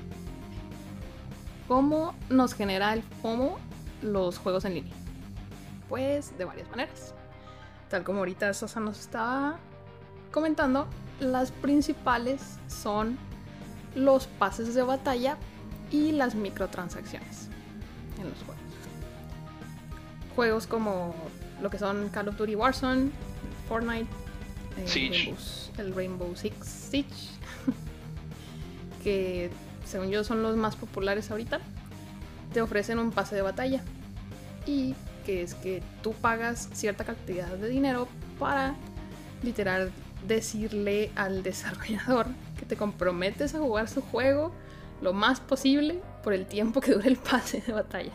¿Cómo nos genera el FOMO los juegos en línea? Pues de varias maneras. Tal como ahorita Sosa nos estaba comentando, las principales son los pases de batalla y las microtransacciones en los juegos. Juegos como lo que son Call of Duty Warzone, Fortnite, el Rainbow Six Siege, que según yo son los más populares ahorita, te ofrecen un pase de batalla y que es que tú pagas cierta cantidad de dinero para literal decirle al desarrollador que te comprometes a jugar su juego lo más posible por el tiempo que dure el pase de batalla,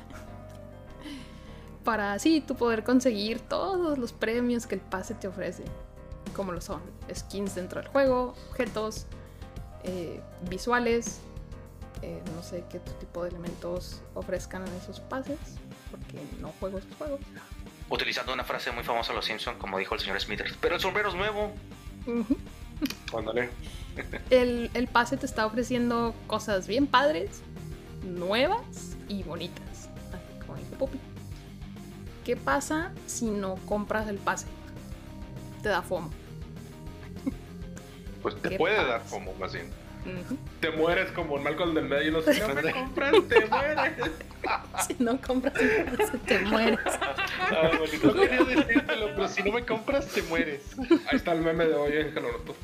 para así tú poder conseguir todos los premios que el pase te ofrece, como lo son skins dentro del juego, objetos, visuales, no sé qué tipo de elementos ofrezcan en esos pases, porque no juego esos juegos. Utilizando una frase muy famosa de los Simpsons, como dijo el señor Smithers, pero el sombrero es nuevo. Ándale. El pase te está ofreciendo cosas bien padres, nuevas y bonitas, así como dice Pupi. ¿Qué pasa si no compras el pase? Te da FOMO. Pues te puede dar FOMO, más bien. Te mueres como en Malcolm del medio. Si no me compras, te mueres. Si no compras el pase, te mueres. No quería decírtelo, pero si no me compras, te mueres. Ahí está el meme de hoy, que lo noto.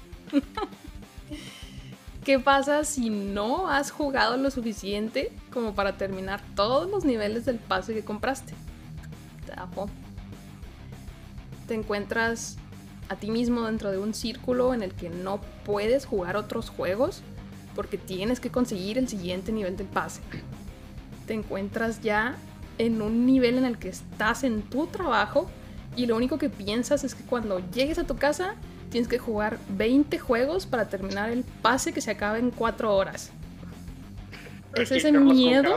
¿Qué pasa si no has jugado lo suficiente como para terminar todos los niveles del pase que compraste? Te da FOMO. Te encuentras a ti mismo dentro de un círculo en el que no puedes jugar otros juegos porque tienes que conseguir el siguiente nivel del pase. Te encuentras ya en un nivel en el que estás en tu trabajo y lo único que piensas es que cuando llegues a tu casa tienes que jugar 20 juegos para terminar el pase que se acaba en 4 horas. Es ese miedo.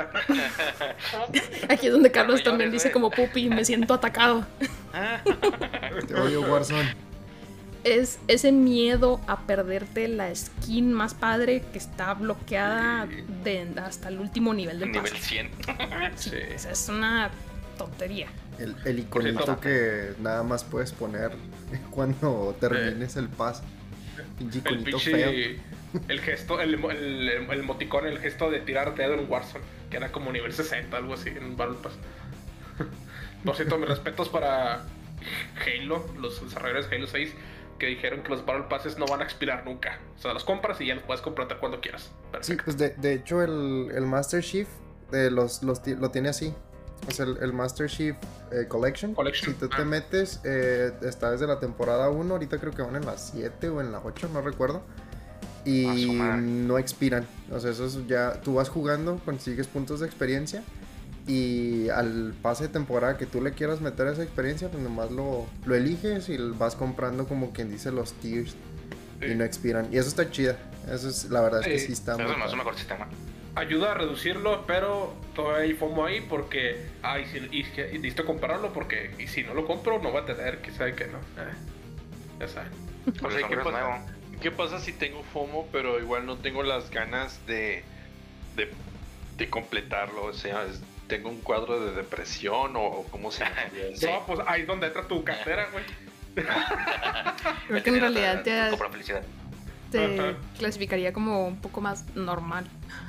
Aquí es donde Carlos también dice como Pupi, me siento atacado. Te odio, Warzone. Es ese miedo a perderte la skin más padre que está bloqueada hasta el último nivel del pase. Nivel 100. Sí, es una tontería. El iconito que nada más puedes poner cuando termines el pase. Pinche iconito feo. El gesto, el emoticón, el gesto de tirar dedo en Warzone, que era como nivel 60, algo así, en Battle Pass. Por cierto, mis respetos para Halo, los desarrolladores de Halo 6, que dijeron que los Battle Passes no van a expirar nunca. O sea, los compras y ya los puedes completar cuando quieras. Perfecto. Sí, pues de hecho el Master Chief lo tiene así. O sea, el Master Chief Collection. Si tú te metes, está desde la temporada 1, ahorita creo que van en la 7 o en la 8, no recuerdo. y no expiran. O sea, eso es ya, tú vas jugando, consigues puntos de experiencia y al pase de temporada que tú le quieras meter esa experiencia, pues nomás lo eliges y vas comprando como quien dice los tiers y no expiran. Y eso está chida. Eso es, la verdad es que sí está muy muy bien. Es un mejor sistema. Ayuda a reducirlo, pero todavía hay FOMO ahí porque y necesito comprarlo porque y si no lo compro no va a tener, que sabe que no. Ya saben. O sea, ¿qué pasa si tengo FOMO pero igual no tengo las ganas de completarlo? O sea, tengo un cuadro de depresión o cómo se llama. Sí. No, pues ahí es donde entra tu cartera, güey. Creo que en realidad te Ajá. clasificaría como un poco más normal.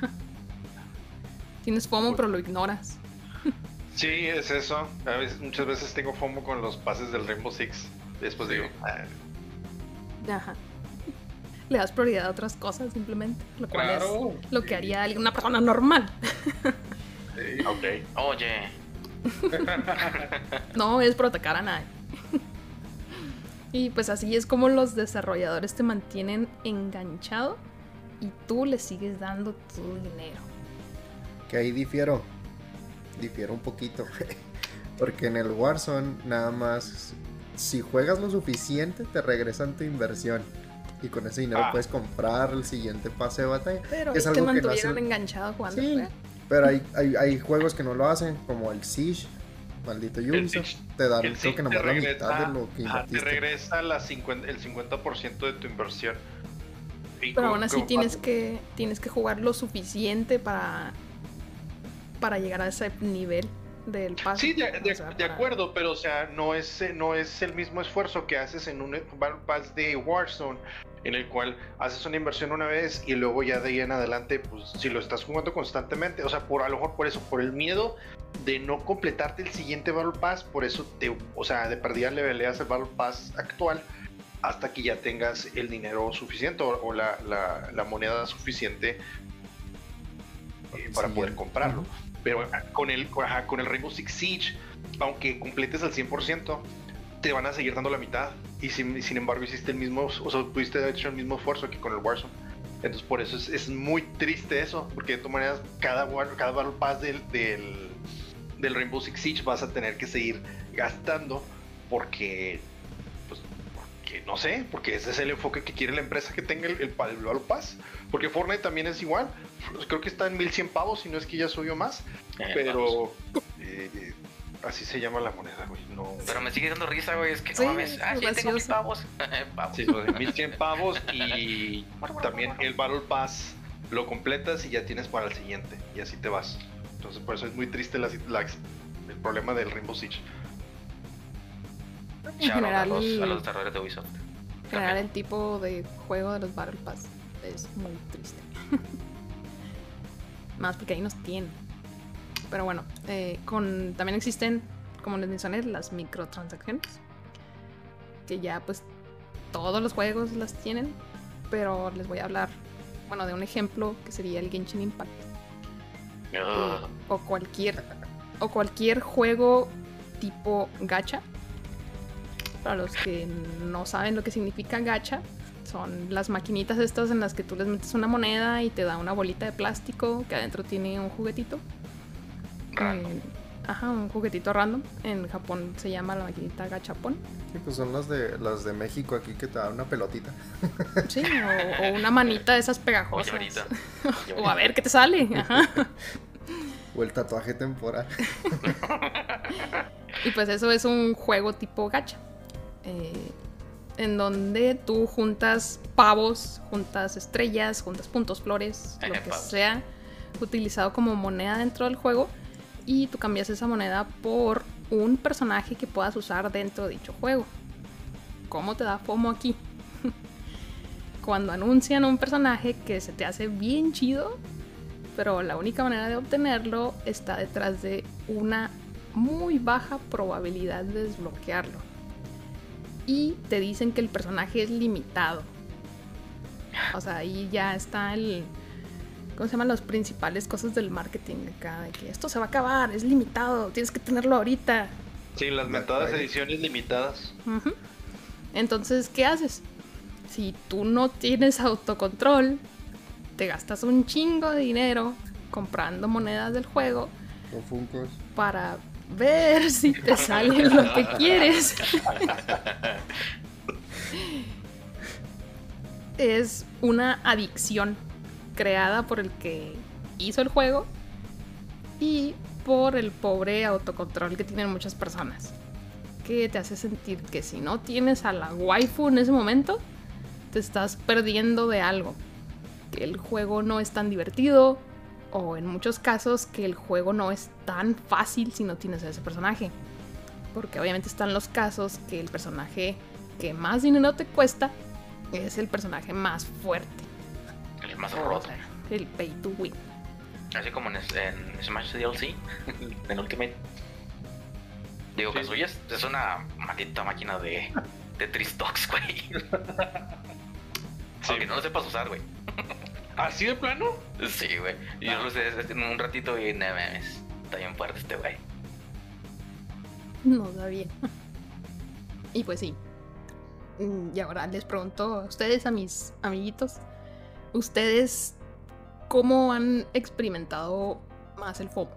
Tienes FOMO pero lo ignoras. Sí, es eso. Muchas veces tengo FOMO con los pases del Rainbow Six. Después digo, Ajá. Le das prioridad a otras cosas simplemente, lo cual es lo que haría una persona normal. Sí. ok. Oye. No es por atacar a nadie. Y pues así es como los desarrolladores te mantienen enganchado y tú le sigues dando tu dinero. Que ahí difiero un poquito. Porque en el Warzone nada más, si juegas lo suficiente te regresan tu inversión y con ese dinero puedes comprar el siguiente pase de batalla. Pero es te algo mantuvieron enganchado jugando. Sí, pero hay juegos que no lo hacen, como el Siege. Maldito Ubisoft, te dan creo que nomás la mitad de lo que invertiste. Te regresa el 50% de tu inversión. Pero aún así tienes que jugar lo suficiente para llegar a ese nivel del pase. Sí, de acuerdo, pero o sea, no es el mismo esfuerzo que haces en un Battle Pass de Warzone, en el cual haces una inversión una vez y luego ya de ahí en adelante, pues si lo estás jugando constantemente, o sea, a lo mejor por el miedo de no completarte el siguiente Battle Pass, por eso de perdida leveleas el Battle Pass actual hasta que ya tengas el dinero suficiente o la moneda suficiente para poder comprarlo. Pero con el Rainbow Six Siege, aunque completes al 100%, te van a seguir dando la mitad. Y sin embargo hiciste pudiste haber hecho el mismo esfuerzo que con el Warzone. Entonces por eso es muy triste eso, porque de todas maneras cada Battle Pass del Rainbow Six Siege vas a tener que seguir gastando porque no sé, porque ese es el enfoque que quiere la empresa que tenga el Battle Pass. Porque Fortnite también es igual, creo que está en 1100 pavos, si no es que ya subió más, pero así se llama la moneda, güey. No. Pero me sigue dando risa, güey, es que sí, no mames, ya tengo 1000 pavos. Sí, 1100 pavos y también el Battle Pass lo completas y ya tienes para el siguiente y así te vas. Entonces por eso es muy triste el problema del Rainbow Siege. En general, a los desarrolladores de Ubisoft. En general, el tipo de juego de los Battle Pass es muy triste. Más porque ahí nos tienen. Pero bueno, también existen, como les mencioné, las microtransacciones. Que ya pues todos los juegos las tienen. Pero les voy a hablar, bueno, de un ejemplo que sería el Genshin Impact. O cualquier juego tipo gacha. Para los que no saben lo que significa gacha, son las maquinitas estas en las que tú les metes una moneda y te da una bolita de plástico que adentro tiene un juguetito. Un juguetito random. En Japón se llama la maquinita gachapon. Sí, pues son las de México aquí que te dan una pelotita. Sí, o una manita de esas pegajosas. O a ver qué te sale. Ajá. O el tatuaje temporal. Y pues eso es un juego tipo gacha. En donde tú juntas pavos, juntas estrellas, juntas puntos, flores, lo que sea utilizado como moneda dentro del juego, y tú cambias esa moneda por un personaje que puedas usar dentro de dicho juego. ¿Cómo te da FOMO aquí? Cuando anuncian un personaje que se te hace bien chido, pero la única manera de obtenerlo está detrás de una muy baja probabilidad de desbloquearlo. Y te dicen que el personaje es limitado. O sea, ahí ya está ¿cómo se llaman las principales cosas del marketing acá? De que esto se va a acabar, es limitado, tienes que tenerlo ahorita. Sí, las mentadas ediciones limitadas. Entonces, ¿qué haces? si tú no tienes autocontrol, te gastas un chingo de dinero comprando monedas del juego O Funkos. para ver si te sale lo que quieres. Es una adicción creada por el que hizo el juego y por el pobre autocontrol que tienen muchas personas, que te hace sentir que si no tienes a la waifu en ese momento, te estás perdiendo de algo, que el juego no es tan divertido, o en muchos casos que el juego no es tan fácil si no tienes a ese personaje, porque obviamente están los casos que el personaje que más dinero te cuesta es el personaje más fuerte, El más roto. el pay to win. Así como en Smash DLC, en Ultimate. Digo, Sí. Kazuya es una maldita máquina de Tristox, güey. Aunque no lo sepas usar, güey. ¿Así de plano? Sí, güey. Yo lo usé en un ratito y no mames. Está bien fuerte este güey. No sabía. Y pues sí. Y ahora les pregunto a ustedes, a mis amiguitos, ¿ustedes cómo han experimentado más el FOMO?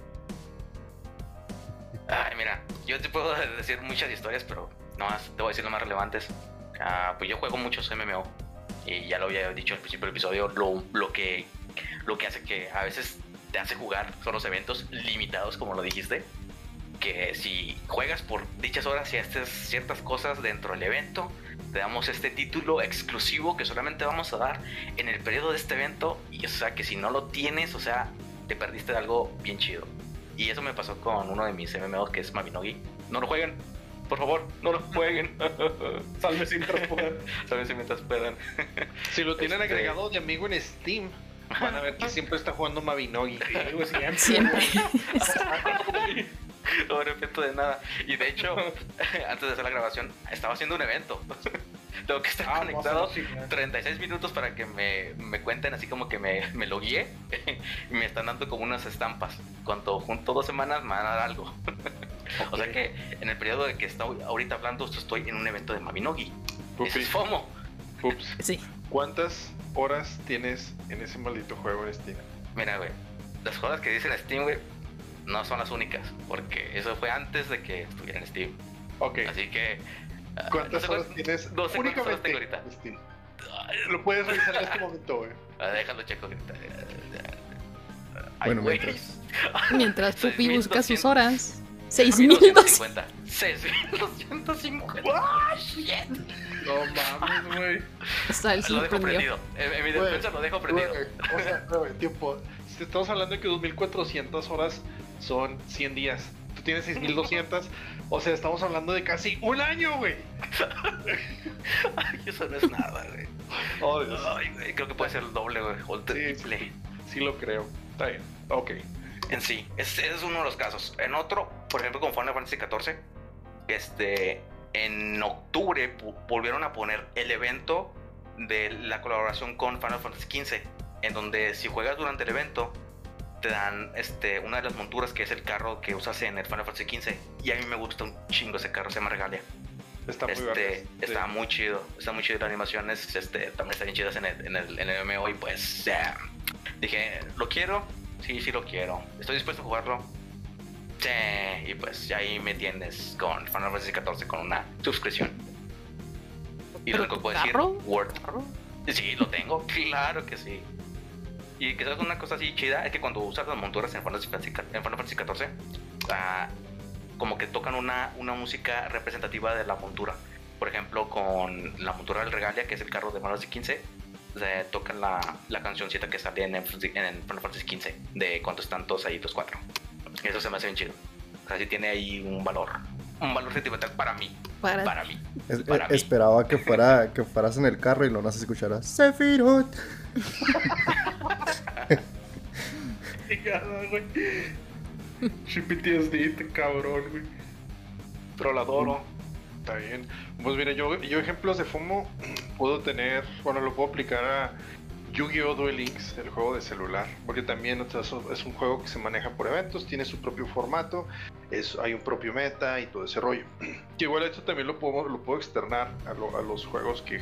Ay, mira, yo te puedo decir muchas historias, pero no más, te voy a decir las más relevantes. Pues yo juego muchos MMO. Y ya lo había dicho al principio del episodio, lo que hace que a veces te hace jugar son los eventos limitados, como lo dijiste. Que si juegas por dichas horas y haces ciertas cosas dentro del evento, te damos este título exclusivo que solamente vamos a dar en el periodo de este evento. Y o sea que si no lo tienes, o sea, te perdiste de algo bien chido. Y eso me pasó con uno de mis MMOs, que es Mabinogi. No lo jueguen, por favor, no lo jueguen. Sálvese mientras puedan. Sálvense mientras puedan. Si lo tienen agregado de amigo en Steam, van a ver que siempre está jugando Mabinogi. Siempre. No me arrepiento de nada. Y de hecho, antes de hacer la grabación, estaba haciendo un evento. Tengo que estar conectado 36 minutos para que me cuenten así como que me logueé. Y me están dando como unas estampas. Cuando junto 2 semanas me van a dar algo. O sea que en el periodo de que estoy ahorita hablando, estoy en un evento de Mabinogi. Ese es FOMO. Ups. Sí. ¿Cuántas horas tienes en ese maldito juego en Steam? Mira, güey, las horas que dice en Steam, güey, no son las únicas. Porque eso fue antes de que estuviera en Steam. Ok. Así que... ¿Cuántas no sé horas tienes no sé cuántas horas únicamente tengo ahorita. en Steam? Lo puedes revisar en este momento, güey. Déjalo checo ahorita. Bueno, güey. Mientras Pupi busca sus 6,200. horas. 6,200. 6,250. No mames, güey. Hasta él Lo dejo sorprendió. prendido. En mi defensa lo dejo prendido. O sea, güey, tiempo. Si estamos hablando de que 2400 horas son 100 días. Tú tienes 6200. O sea, estamos hablando de casi un año, güey. Ay, eso no es nada, güey. Oh, Dios. Ay, güey, creo que puede ser el doble, güey. O el triple. Sí lo creo. Está bien. Ok. En sí, ese es uno de los casos. En otro, por ejemplo, con Final Fantasy XIV, en octubre volvieron a poner el evento de la colaboración con Final Fantasy XV, en donde si juegas durante el evento, te dan una de las monturas que es el carro que usas en el Final Fantasy XV. Y a mí me gusta un chingo ese carro, se llama Regalia. Está muy bien. Está muy chido, está muy chido. Las animaciones también están bien chidas en el MMO. Y pues dije, ¿lo quiero? Sí, lo quiero. ¿Estoy dispuesto a jugarlo? Sí. Y pues ya ahí me tienes con Final Fantasy XIV con una suscripción. Y lo único que puedo decir, Word. Sí, lo tengo, claro que sí. Y que sabes una cosa así chida es que cuando usas las monturas en Final Fantasy XIV, como que tocan una música representativa de la montura. Por ejemplo, con la montura del Regalia, que es el carro de Final Fantasy XV, tocan la cancioncita que sale en Final Fantasy XV de cuando están todos ahí, los 4. Eso se me hace bien chido. O sea, sí tiene ahí un valor sentimental para mí. Para mí. Esperaba que fueras en el carro y lo no se escuchara Sephiroth. PTSD, este cabrón, güey. Pero la adoro. Está bien. Pues mira, yo ejemplos de FOMO puedo tener, bueno, lo puedo aplicar a Yu-Gi-Oh! Duel Links, el juego de celular, porque también es un juego que se maneja por eventos, tiene su propio formato, hay un propio meta y todo ese rollo. Que igual esto también lo puedo externar a los juegos que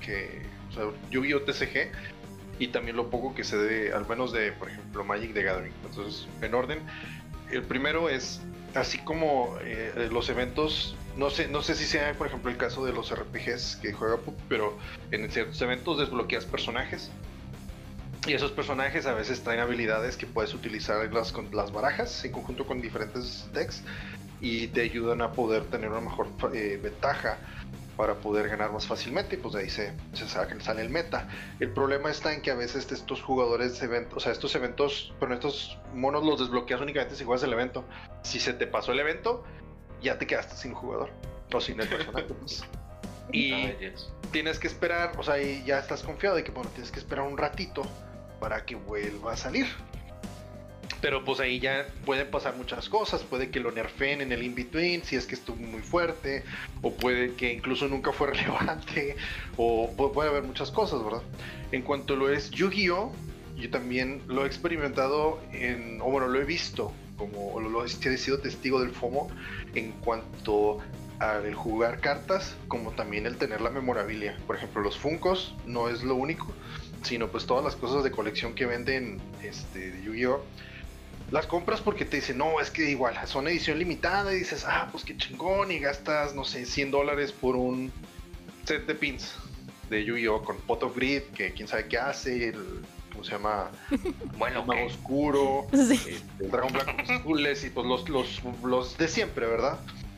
o sea, Yu-Gi-Oh TCG, y también lo poco que sé de, al menos de, por ejemplo, Magic the Gathering. Entonces, en orden, el primero es, así como los eventos, no sé si sea, por ejemplo, el caso de los RPGs que juega Pup, pero en ciertos eventos desbloqueas personajes. Y esos personajes a veces traen habilidades que puedes utilizar con las barajas en conjunto con diferentes decks y te ayudan a poder tener una mejor ventaja para poder ganar más fácilmente, y pues de ahí sale el meta. El problema está en que a veces estos jugadores de eventos, o sea, estos eventos, pero estos monos los desbloqueas únicamente si juegas el evento. Si se te pasó el evento, ya te quedaste sin jugador o sin el personaje, pues. Y tienes que esperar, o sea, y ya estás confiado de que, bueno, tienes que esperar un ratito para que vuelva a salir. Pero pues ahí ya pueden pasar muchas cosas. Puede que lo nerfeen en el in-between si es que estuvo muy fuerte, o puede que incluso nunca fue relevante, o puede haber muchas cosas, ¿verdad? En cuanto a lo es Yu-Gi-Oh, yo también lo he experimentado o bueno, lo he visto, he sido testigo del FOMO en cuanto al jugar cartas, como también el tener la memorabilia. Por ejemplo, los Funkos no es lo único, sino pues todas las cosas de colección que venden de Yu-Gi-Oh, las compras porque te dicen, no, es que igual son edición limitada, y dices, pues qué chingón, y gastas, no sé, $100 por un set de pins de Yu-Gi-Oh con Pot of Greed, que quién sabe qué hace, ¿cómo se llama? Bueno, el Mago Oscuro, sí. El Dragón Blanco Azules, y pues los de siempre, ¿verdad?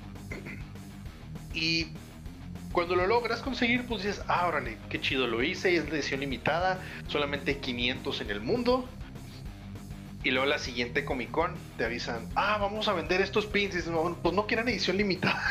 Y cuando lo logras conseguir, pues dices, órale, qué chido, lo hice, es de edición limitada, solamente 500 en el mundo. Y luego la siguiente Comic Con te avisan, vamos a vender estos pins. Y dices, no, pues no quieran edición limitada.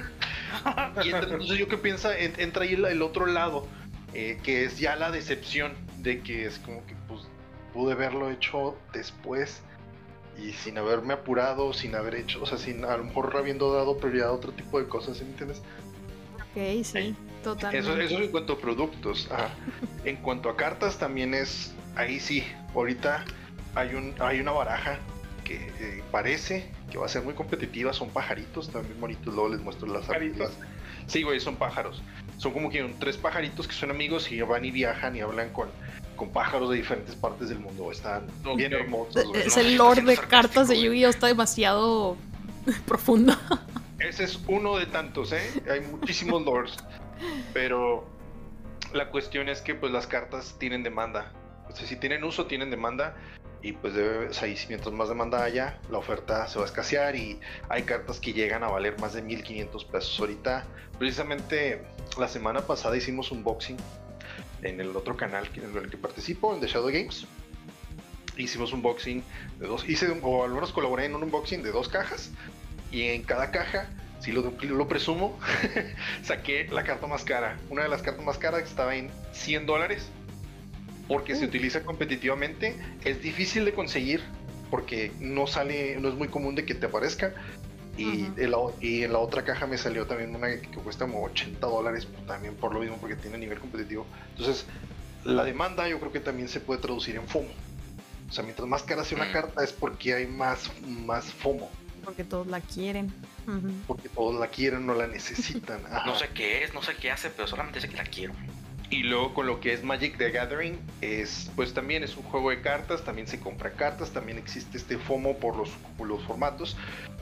Y entonces yo que pienso, entra ahí el otro lado, que es ya la decepción de que es como que pues pude haberlo hecho después y sin haberme apurado, sin haber hecho, o sea, sin a lo mejor habiendo dado prioridad a otro tipo de cosas, ¿sí me entiendes? Ok, sí, totalmente. Eso en cuanto a productos. En cuanto a cartas también es, ahí sí, ahorita hay una baraja que parece que va a ser muy competitiva. Son pajaritos también bonitos. Luego les muestro las pajaritos. Sí, güey, son pájaros. Son como que 3 pajaritos que son amigos y van y viajan y hablan con pájaros de diferentes partes del mundo. Están bien hermosos, güey. Es el lore de cartas de Yu-Gi-Oh! Está demasiado profundo. Ese es uno de tantos, hay muchísimos lores. Pero la cuestión es que pues las cartas tienen demanda. O sea, si tienen uso, tienen demanda. Y pues mientras más demanda haya, la oferta se va a escasear, y hay cartas que llegan a valer más de 1,500 pesos. Ahorita, precisamente la semana pasada hicimos un unboxing en el otro canal en el que participo, en The Shadow Games. Hicimos un unboxing de o al menos colaboré en un unboxing de 2 cajas, y en cada caja, si lo presumo, saqué la carta más cara. Una de las cartas más caras que estaba en $100, porque se utiliza competitivamente. Es difícil de conseguir porque no es muy común de que te aparezca. Y en la otra caja me salió también una que cuesta como $80, también por lo mismo, porque tiene nivel competitivo. Entonces la demanda yo creo que también se puede traducir en FOMO. O sea, mientras más cara sea una carta es porque hay más FOMO. Porque todos la quieren. Porque todos la quieren, no la necesitan. No sé qué es, no sé qué hace, pero solamente sé que la quiero. Y luego con lo que es Magic the Gathering, pues también es un juego de cartas, también se compra cartas, también existe este FOMO por los formatos,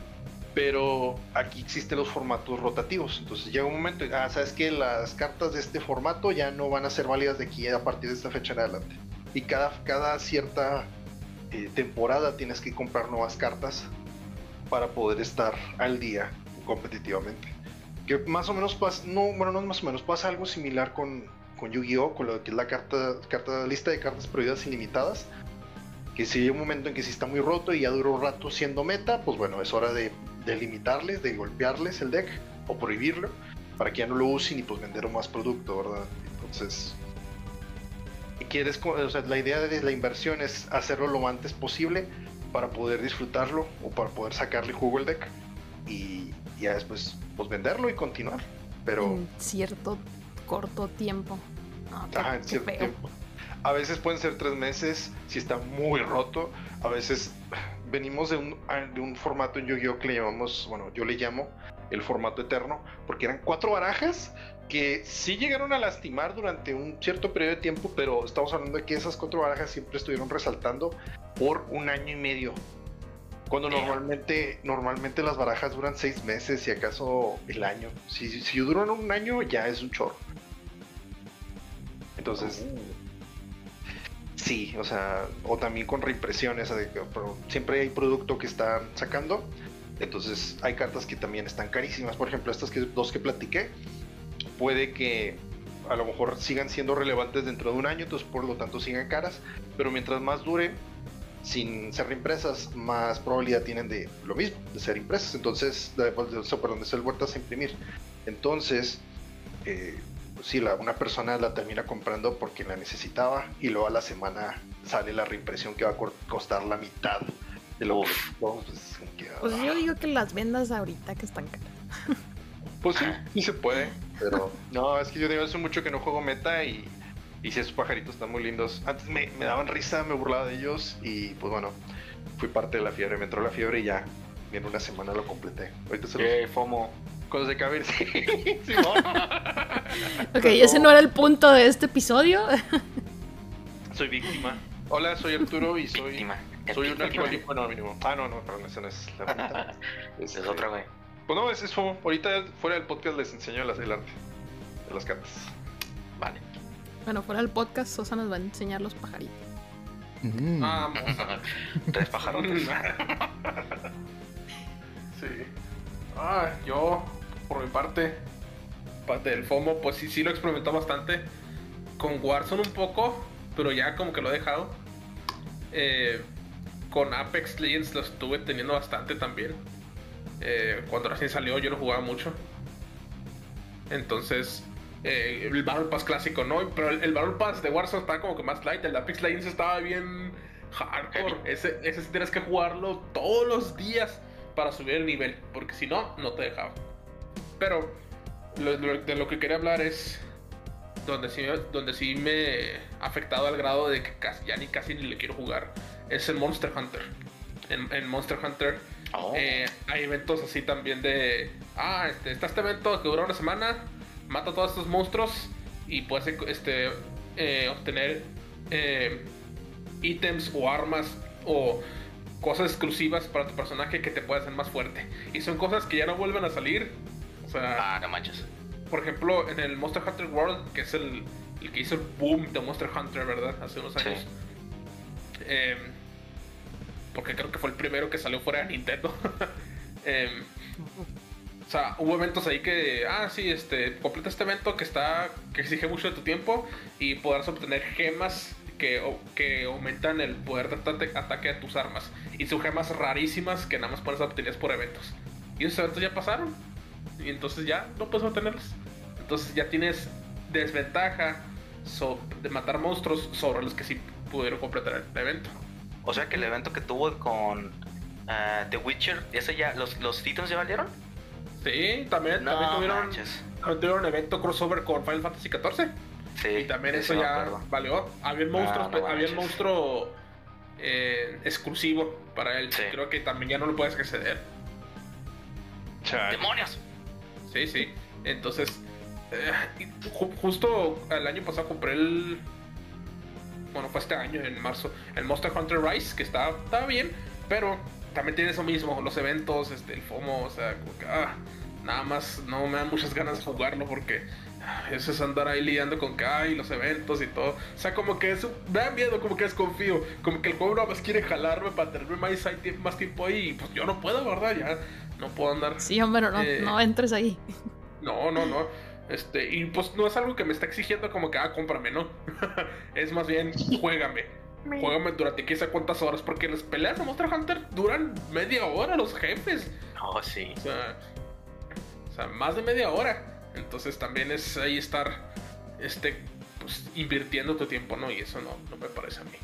pero aquí existen los formatos rotativos. Entonces llega un momento, sabes que las cartas de este formato ya no van a ser válidas de aquí a partir de esta fecha en adelante. Y cada cierta temporada tienes que comprar nuevas cartas para poder estar al día competitivamente. Que más o menos pasa, no es más o menos, pasa algo similar con Yu-Gi-Oh, con lo que es la lista de cartas prohibidas ilimitadas, que si hay un momento en que si está muy roto y ya duró un rato siendo meta, pues bueno, es hora de limitarles, de golpearles el deck o prohibirlo para que ya no lo usen y pues vender más producto, ¿verdad? Entonces, la idea de la inversión es hacerlo lo antes posible para poder disfrutarlo o para poder sacarle jugo al deck y ya después pues venderlo y continuar, pero en cierto corto tiempo. En cierto tiempo. A veces pueden ser 3 meses si está muy roto. A veces venimos de un formato en Yu-Gi-Oh que le llamamos, bueno, yo le llamo el formato eterno, porque eran 4 barajas que sí llegaron a lastimar durante un cierto periodo de tiempo, pero estamos hablando de que esas 4 barajas siempre estuvieron resaltando por 1 año y medio. Cuando normalmente las barajas duran 6 meses, si acaso el año. Si duran 1 año, ya es un chorro. Entonces, sí, o sea, o también con reimpresiones, pero siempre hay producto que están sacando. Entonces, hay cartas que también están carísimas. Por ejemplo, estas dos que platiqué, puede que a lo mejor sigan siendo relevantes dentro de 1 año, entonces por lo tanto sigan caras, pero mientras más duren sin ser reimpresas, más probabilidad tienen de lo mismo, de ser impresas. Entonces, de ser vueltas a imprimir. Entonces, pues sí, una persona la termina comprando porque la necesitaba y luego a la semana sale la reimpresión que va a costar la mitad de lo que pues yo digo que las vendas ahorita que están caras. Pues sí se puede, pero no, es que yo digo hace mucho que no juego meta y si esos pajaritos están muy lindos. Antes me daban risa, me burlaba de ellos y pues bueno, fui parte de la fiebre, me entró la fiebre y ya en 1 semana lo completé. Ahorita FOMO. Cuando se acabe, sí. Ok, ese no era el punto de este episodio. Soy víctima. Hola, soy Arturo y soy Víctima. un alcohólico anónimo. No, perdón, esa no es la bonita. Es otra, güey. Pues no, es FOMO. Ahorita fuera del podcast les enseño el arte de las cartas. Vale. Bueno, fuera del podcast, Sosa nos va a enseñar los pajaritos. Vamos. 3 pajarotes. Sí. Yo, por mi parte del FOMO, pues sí lo he experimentado bastante. Con Warzone un poco, pero ya como que lo he dejado. Con Apex Legends lo estuve teniendo bastante también. Cuando recién salió yo lo jugaba mucho. Entonces, el Battle Pass clásico, ¿no? Pero el Battle Pass de Warzone estaba como que más light. El Apex Legends estaba bien hardcore. Ese sí tienes que jugarlo todos los días para subir el nivel, porque si no, no te dejaba. Pero de lo que quería hablar es donde sí me ha afectado al grado de que casi ni le quiero jugar. Es el Monster Hunter. En Monster Hunter hay eventos así también de está este evento que dura 1 semana, mata a todos estos monstruos y puedes obtener ítems o armas o cosas exclusivas para tu personaje que te puede hacer más fuerte. Y son cosas que ya no vuelven a salir. O sea, no manches. Por ejemplo, en el Monster Hunter World, que es el que hizo el boom de Monster Hunter, ¿verdad? Hace unos años. Sí. Porque creo que fue el primero que salió fuera de Nintendo. O sea, hubo eventos ahí que, completa este evento que exige mucho de tu tiempo y podrás obtener gemas que aumentan el poder de ataque de tus armas. Y son gemas rarísimas que nada más puedes obtener por eventos. Y esos eventos ya pasaron. Y entonces ya no puedes obtenerlos. Entonces ya tienes desventaja de matar monstruos sobre los que sí pudieron completar el evento. O sea que el evento que tuvo con The Witcher, ¿ese ya, los ítems ya valieron? Sí, también tuvieron un evento crossover con Final Fantasy XIV. Sí, y también eso ya valió. Había un monstruo exclusivo para él. Sí. Creo que también ya no lo puedes acceder. ¡Demonios! Sí. Entonces, justo el año pasado compré fue este año, en marzo, el Monster Hunter Rise, que estaba bien, pero también tiene eso mismo, los eventos, el FOMO, o sea, como que, nada más no me dan muchas ganas de jugarlo porque eso es andar ahí lidiando con que los eventos y todo. O sea, como que eso me da miedo, como que desconfío, como que el juego nada más quiere jalarme para tenerme más tiempo ahí y pues yo no puedo, ¿verdad? Ya no puedo andar. Sí, hombre, no entres ahí. No. Y pues no es algo que me está exigiendo como que, cómprame, ¿no? Es más bien, juégame durante quién sabe cuántas horas, porque las peleas de Monster Hunter duran media hora, los jefes. Oh, sí. O sea, más de media hora. Entonces también es ahí estar pues invirtiendo tu tiempo, ¿no? Y eso no me parece a mí.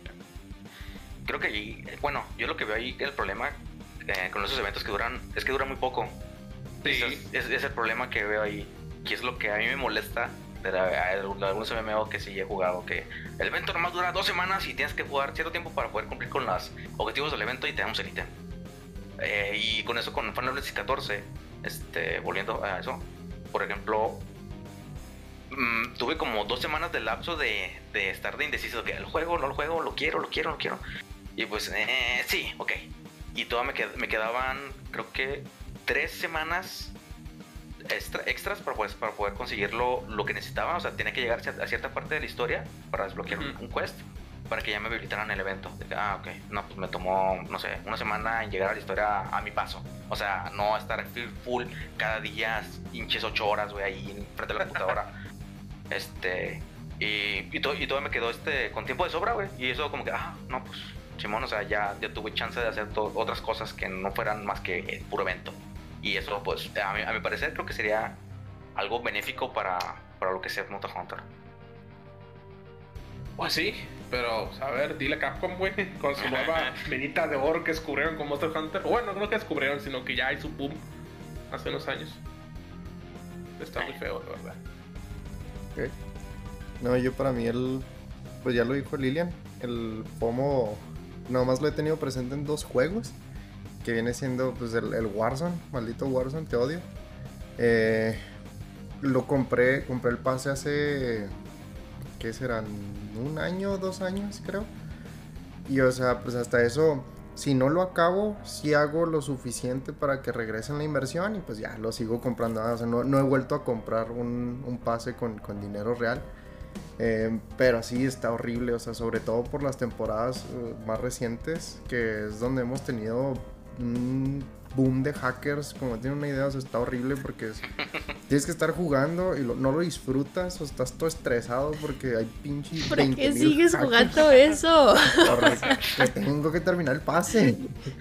Creo que yo lo que veo ahí, el problema con esos eventos que duran muy poco. Sí. Es el problema que veo ahí. Y es lo que a mí me molesta de algunos MMO que sí he jugado, que el evento nomás dura 2 semanas y tienes que jugar cierto tiempo para poder cumplir con los objetivos del evento y te damos el ítem. Y con eso, con Final Fantasy XIV, volviendo a eso, por ejemplo, tuve como 2 semanas de lapso de estar de indeciso, que el juego, no lo juego, lo quiero. Y pues, sí, ok. Y todavía me quedaban, creo que 3 semanas extras para poder conseguir lo que necesitaba. O sea, tenía que llegar a cierta parte de la historia para desbloquear un quest, para que ya me habilitaran el evento. Ok, no, pues me tomó, no sé, 1 semana en llegar a la historia a mi paso. O sea, no estar full cada día, hinches 8 horas, güey, ahí frente a la computadora. Y todo me quedó con tiempo de sobra, güey. Y eso como que, no, pues, Simón, o sea, ya tuve chance de hacer otras cosas que no fueran más que el puro evento. Y eso, pues, a mi parecer, creo que sería algo benéfico para lo que sea Monster Hunter. Pues sí, pero, a ver, dile a Capcom, güey, con su nueva minita de oro que descubrieron con Monster Hunter. Bueno, no que descubrieron, sino que ya hay su boom hace unos años. Está muy feo, la verdad. Okay. No, yo para mí pues ya lo dijo Lilian, el FOMO nomás lo he tenido presente en 2 juegos, que viene siendo pues el Warzone, maldito Warzone, te odio. Lo compré el pase hace, ¿qué serán? 1 año, 2 años creo. Y o sea, pues hasta eso, si no lo acabo, sí hago lo suficiente para que regresen la inversión y pues ya lo sigo comprando. O sea, no he vuelto a comprar un pase con dinero real. Pero sí está horrible, o sea, sobre todo por las temporadas más recientes, que es donde hemos tenido un boom de hackers. Como tienen una idea, o sea, está horrible porque tienes que estar jugando y no lo disfrutas, o estás todo estresado porque hay pinche 20,000 ¿Por qué sigues hackers jugando eso? que tengo que terminar el pase.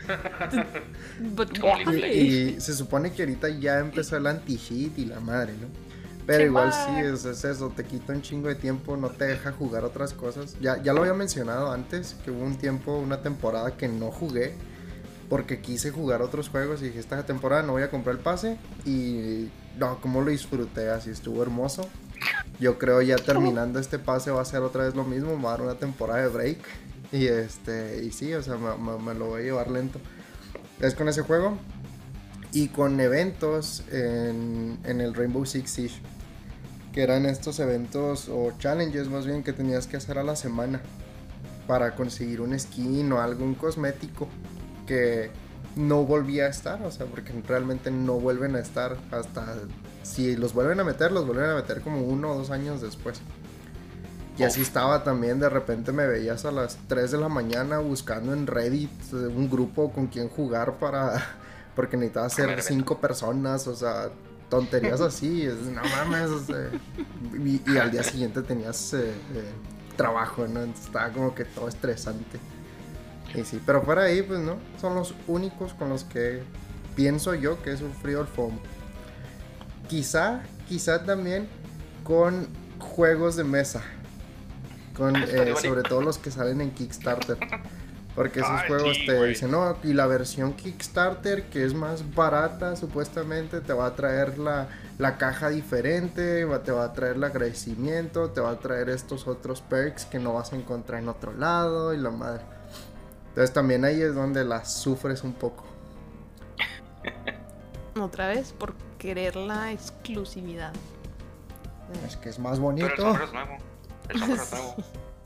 Y se supone que ahorita ya empezó el anti-cheat y la madre, ¿no? Pero igual sí, es eso, te quita un chingo de tiempo, no te deja jugar otras cosas. Ya lo había mencionado antes, que hubo una temporada que no jugué porque quise jugar otros juegos y dije, esta temporada no voy a comprar el pase. Y no, como lo disfruté, así estuvo hermoso. Yo creo ya terminando este pase va a ser otra vez lo mismo, me va a dar una temporada de break. Y sí, o sea, me lo voy a llevar lento. Es con ese juego. Y con eventos en el Rainbow Six Siege, que eran estos eventos o challenges más bien que tenías que hacer a la semana para conseguir un skin o algún cosmético que no volvía a estar, o sea, porque realmente no vuelven a estar hasta, si los vuelven a meter como 1 o 2 años después. Y así estaba también, de repente me veías a las 3 de la mañana buscando en Reddit un grupo con quien jugar porque necesitaba ser 5 personas, o sea, tonterías así, no mames, o sea, y al día siguiente tenías trabajo, ¿no? Entonces estaba como que todo estresante. Y sí, pero fuera ahí, pues no, son los únicos con los que pienso yo que he sufrido el FOMO. Quizá también con juegos de mesa, sobre todo los que salen en Kickstarter. Porque esos juegos te dicen, no, y la versión Kickstarter, que es más barata supuestamente, te va a traer la caja diferente, te va a traer el agradecimiento, te va a traer estos otros perks que no vas a encontrar en otro lado y la madre. Entonces también ahí es donde las sufres un poco. Otra vez, por querer la exclusividad. Es que es más bonito. Pero el sombrero es nuevo. El sombrero es nuevo.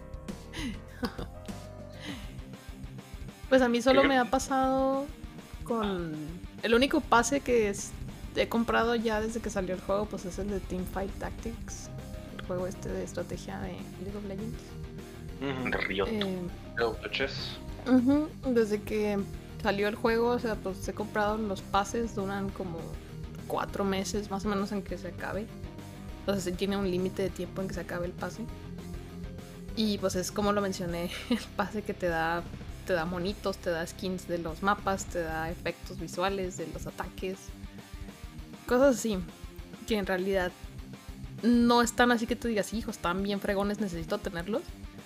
Pues a mí solo me ha pasado con... El único pase que he comprado ya desde que salió el juego, pues es el de Teamfight Tactics. El juego de estrategia de League of Legends. De Riot. Desde que salió el juego, o sea, pues he comprado los pases, duran como 4 meses más o menos en que se acabe. Entonces tiene un límite de tiempo en que se acabe el pase. Y pues es como lo mencioné, el pase que te da monitos, te da skins de los mapas, te da efectos visuales de los ataques, cosas así, que en realidad no están así que tú digas, hijo, están bien fregones, necesito tenerlos.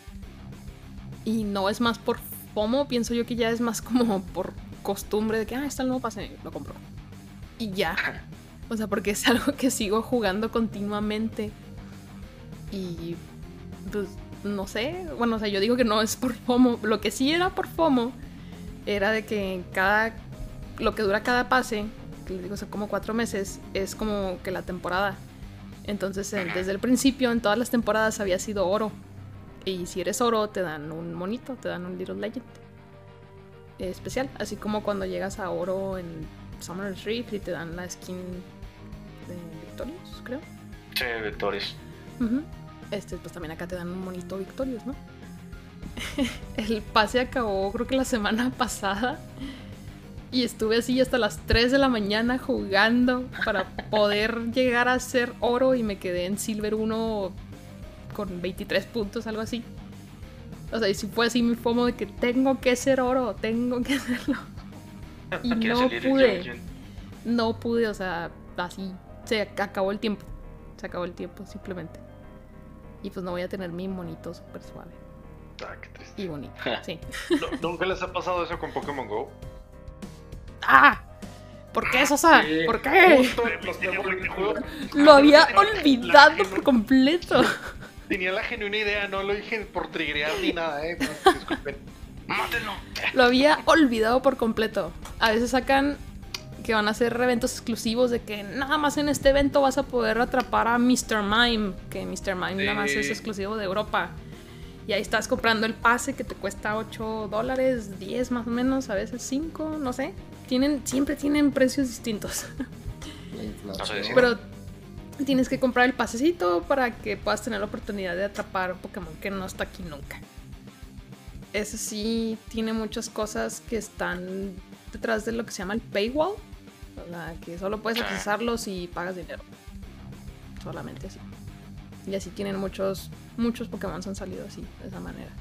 Y no es más por FOMO, pienso yo que ya es más como por costumbre de que, está el nuevo pase, lo compro. Y ya, o sea, porque es algo que sigo jugando continuamente. Y pues no sé, bueno, o sea, yo digo que no es por FOMO. Lo que sí era por FOMO era de que lo que dura cada pase, que les digo, o sea, como 4 meses, es como que la temporada. Entonces, desde el principio, en todas las temporadas había sido oro. Y si eres oro, te dan un monito, te dan un Little Legend especial. Así como cuando llegas a oro en Summoner's Rift y te dan la skin de Victorious, creo. Sí, Victorious. Pues también acá te dan un monito Victorious, ¿no? El pase acabó creo que la semana pasada. Y estuve así hasta las 3 de la mañana jugando para poder llegar a ser oro. Y me quedé en Silver 1 con 23 puntos, algo así. O sea, y si fue así mi FOMO de que tengo que ser oro, tengo que hacerlo. Y no pude, o sea, así se acabó el tiempo. Se acabó el tiempo, simplemente. Y pues no voy a tener mi monito súper suave. Ah, qué triste. Y bonito, sí. ¿Nunca les ha pasado eso con Pokémon GO? ¡Ah! ¿Por qué, Sosa? Sí. ¿Por qué? Justo, Lo había olvidado por completo. Tenía la genuina idea, no lo dije por triggerear ni nada, disculpen. ¡Mátenlo! Lo había olvidado por completo. A veces sacan que van a hacer eventos exclusivos de que nada más en este evento vas a poder atrapar a Mr. Mime, que Mr. Mime nada más es exclusivo de Europa. Y ahí estás comprando el pase que te cuesta $8, 10 más o menos, a veces 5, no sé. Siempre tienen precios distintos. La inflación. Pero tienes que comprar el pasecito para que puedas tener la oportunidad de atrapar un Pokémon que no está aquí nunca. Ese sí tiene muchas cosas que están detrás de lo que se llama el paywall. O sea, que solo puedes accesarlos si pagas dinero. Solamente así. Y así tienen muchos Pokémon han salido así, de esa manera.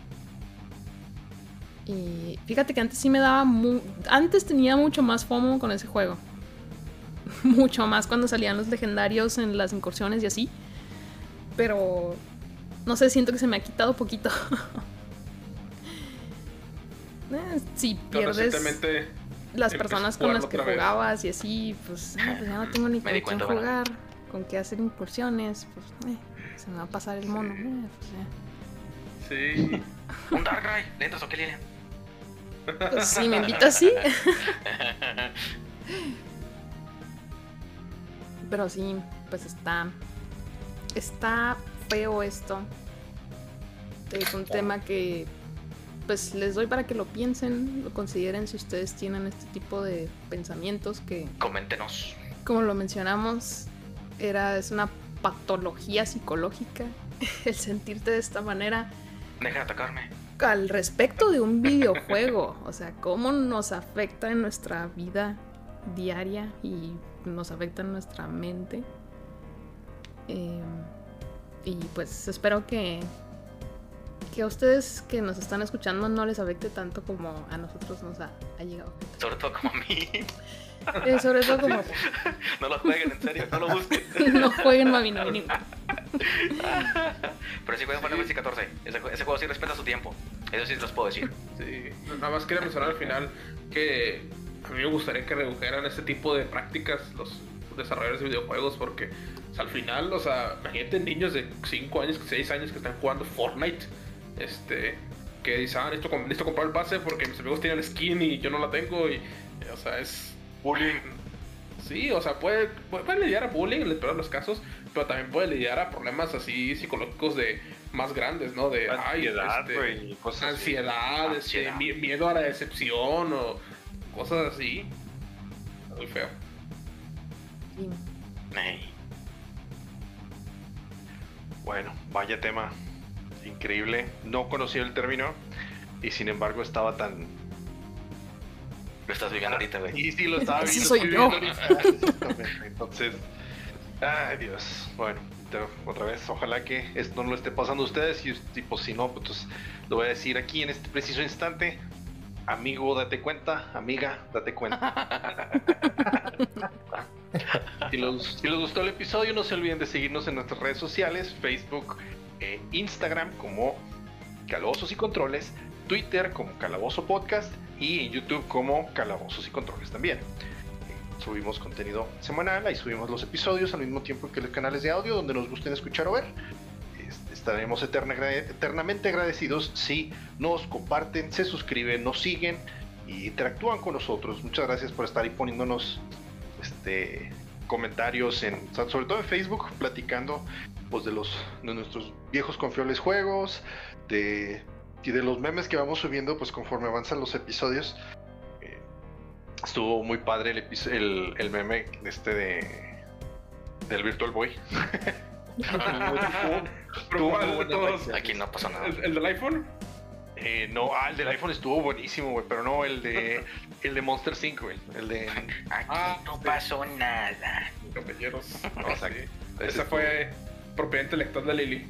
Y fíjate que antes sí me daba... Antes tenía mucho más FOMO con ese juego. Mucho más cuando salían los legendarios en las incursiones y así. Pero... no sé, siento que se me ha quitado poquito. Si pierdes las personas con las que jugabas y así, pues ya no tengo ni con quién jugar, con qué hacer incursiones, pues se me va a pasar el mono. Sí. Un Darkrai, ¿le entras o qué, Lilian? Pues si me invitas, sí. Pero sí, pues está feo esto. Es un tema que pues les doy para que lo piensen, lo consideren si ustedes tienen este tipo de pensamientos que... Coméntenos. Como lo mencionamos, es una patología psicológica el sentirte de esta manera. Deja de atacarme. Al respecto de un videojuego, o sea, cómo nos afecta en nuestra vida diaria y nos afecta en nuestra mente. Y pues espero que a ustedes que nos están escuchando no les afecte tanto como a nosotros nos ha llegado. Sobre todo como a mí. Sobre todo como... No lo jueguen, en serio, no lo busquen. No jueguen, mami, no vienen. Pero sí jueguen Final Fantasy 14. Ese juego sí respeta su tiempo. Eso sí los puedo decir. Sí, nada más quería mencionar al final que a mí me gustaría que redujeran este tipo de prácticas los desarrolladores de videojuegos, porque o sea, al final, o sea, imagínate niños de 5 años, 6 años que están jugando Fortnite, que dicen, necesito comprar el pase porque mis amigos tienen skin y yo no la tengo, y o sea, es bullying. Sí, o sea, puede lidiar a bullying en el peor de los casos, pero también puede lidiar a problemas así psicológicos de más grandes, ¿no? De ansiedad, cosas ansiedad, miedo a la decepción o cosas así. Muy feo. Sí. Hey. Bueno, vaya tema increíble. No conocía el término y sin embargo estaba tan... Lo estás viviendo ahorita, güey. Y sí, lo estaba Así viviendo. soy yo. Exactamente. Entonces, ay Dios. Bueno, otra vez, ojalá que esto no lo esté pasando a ustedes y pues si no, pues lo voy a decir aquí en este preciso instante. Amigo, date cuenta. Amiga, date cuenta. Si les gustó el episodio, no se olviden de seguirnos en nuestras redes sociales, Facebook e Instagram como Calabozos y Controles, Twitter como Calabozo Podcast y en YouTube como Calabozos y Controles también. Subimos contenido semanal, ahí subimos los episodios al mismo tiempo que los canales de audio donde nos gusten escuchar o ver. Estaremos eternamente agradecidos si nos comparten, se suscriben, nos siguen y interactúan con nosotros. Muchas gracias por estar ahí poniéndonos comentarios, sobre todo en Facebook, platicando pues de nuestros viejos confiables juegos, y de los memes que vamos subiendo pues conforme avanzan los episodios. Estuvo muy padre el meme del Virtual Boy. Aquí no pasó nada. ¿El del iPhone? No, el del iPhone estuvo buenísimo, güey, pero no el de Monster Inc, güey. Aquí no pasó nada. Compañeros. No, sí. Esa fue propiedad intelectual de Lili.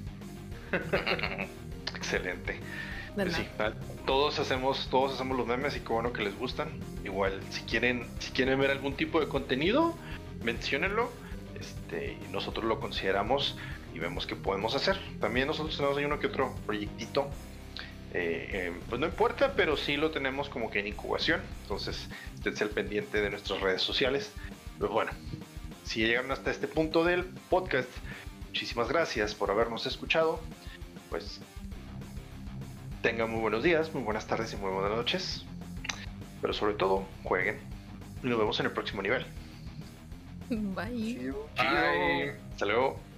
Excelente. Pues sí, todos hacemos los memes y qué bueno que les gustan. Igual, si quieren ver algún tipo de contenido, menciónenlo. Y nosotros lo consideramos y vemos qué podemos hacer. También nosotros tenemos ahí uno que otro proyectito. Pues no importa, pero sí lo tenemos como que en incubación. Entonces, esténse al pendiente de nuestras redes sociales. Pues bueno, si llegaron hasta este punto del podcast, muchísimas gracias por habernos escuchado. Pues tengan muy buenos días, muy buenas tardes y muy buenas noches. Pero sobre todo, jueguen. Y nos vemos en el próximo nivel. Bye. Chido. Bye. Hasta luego.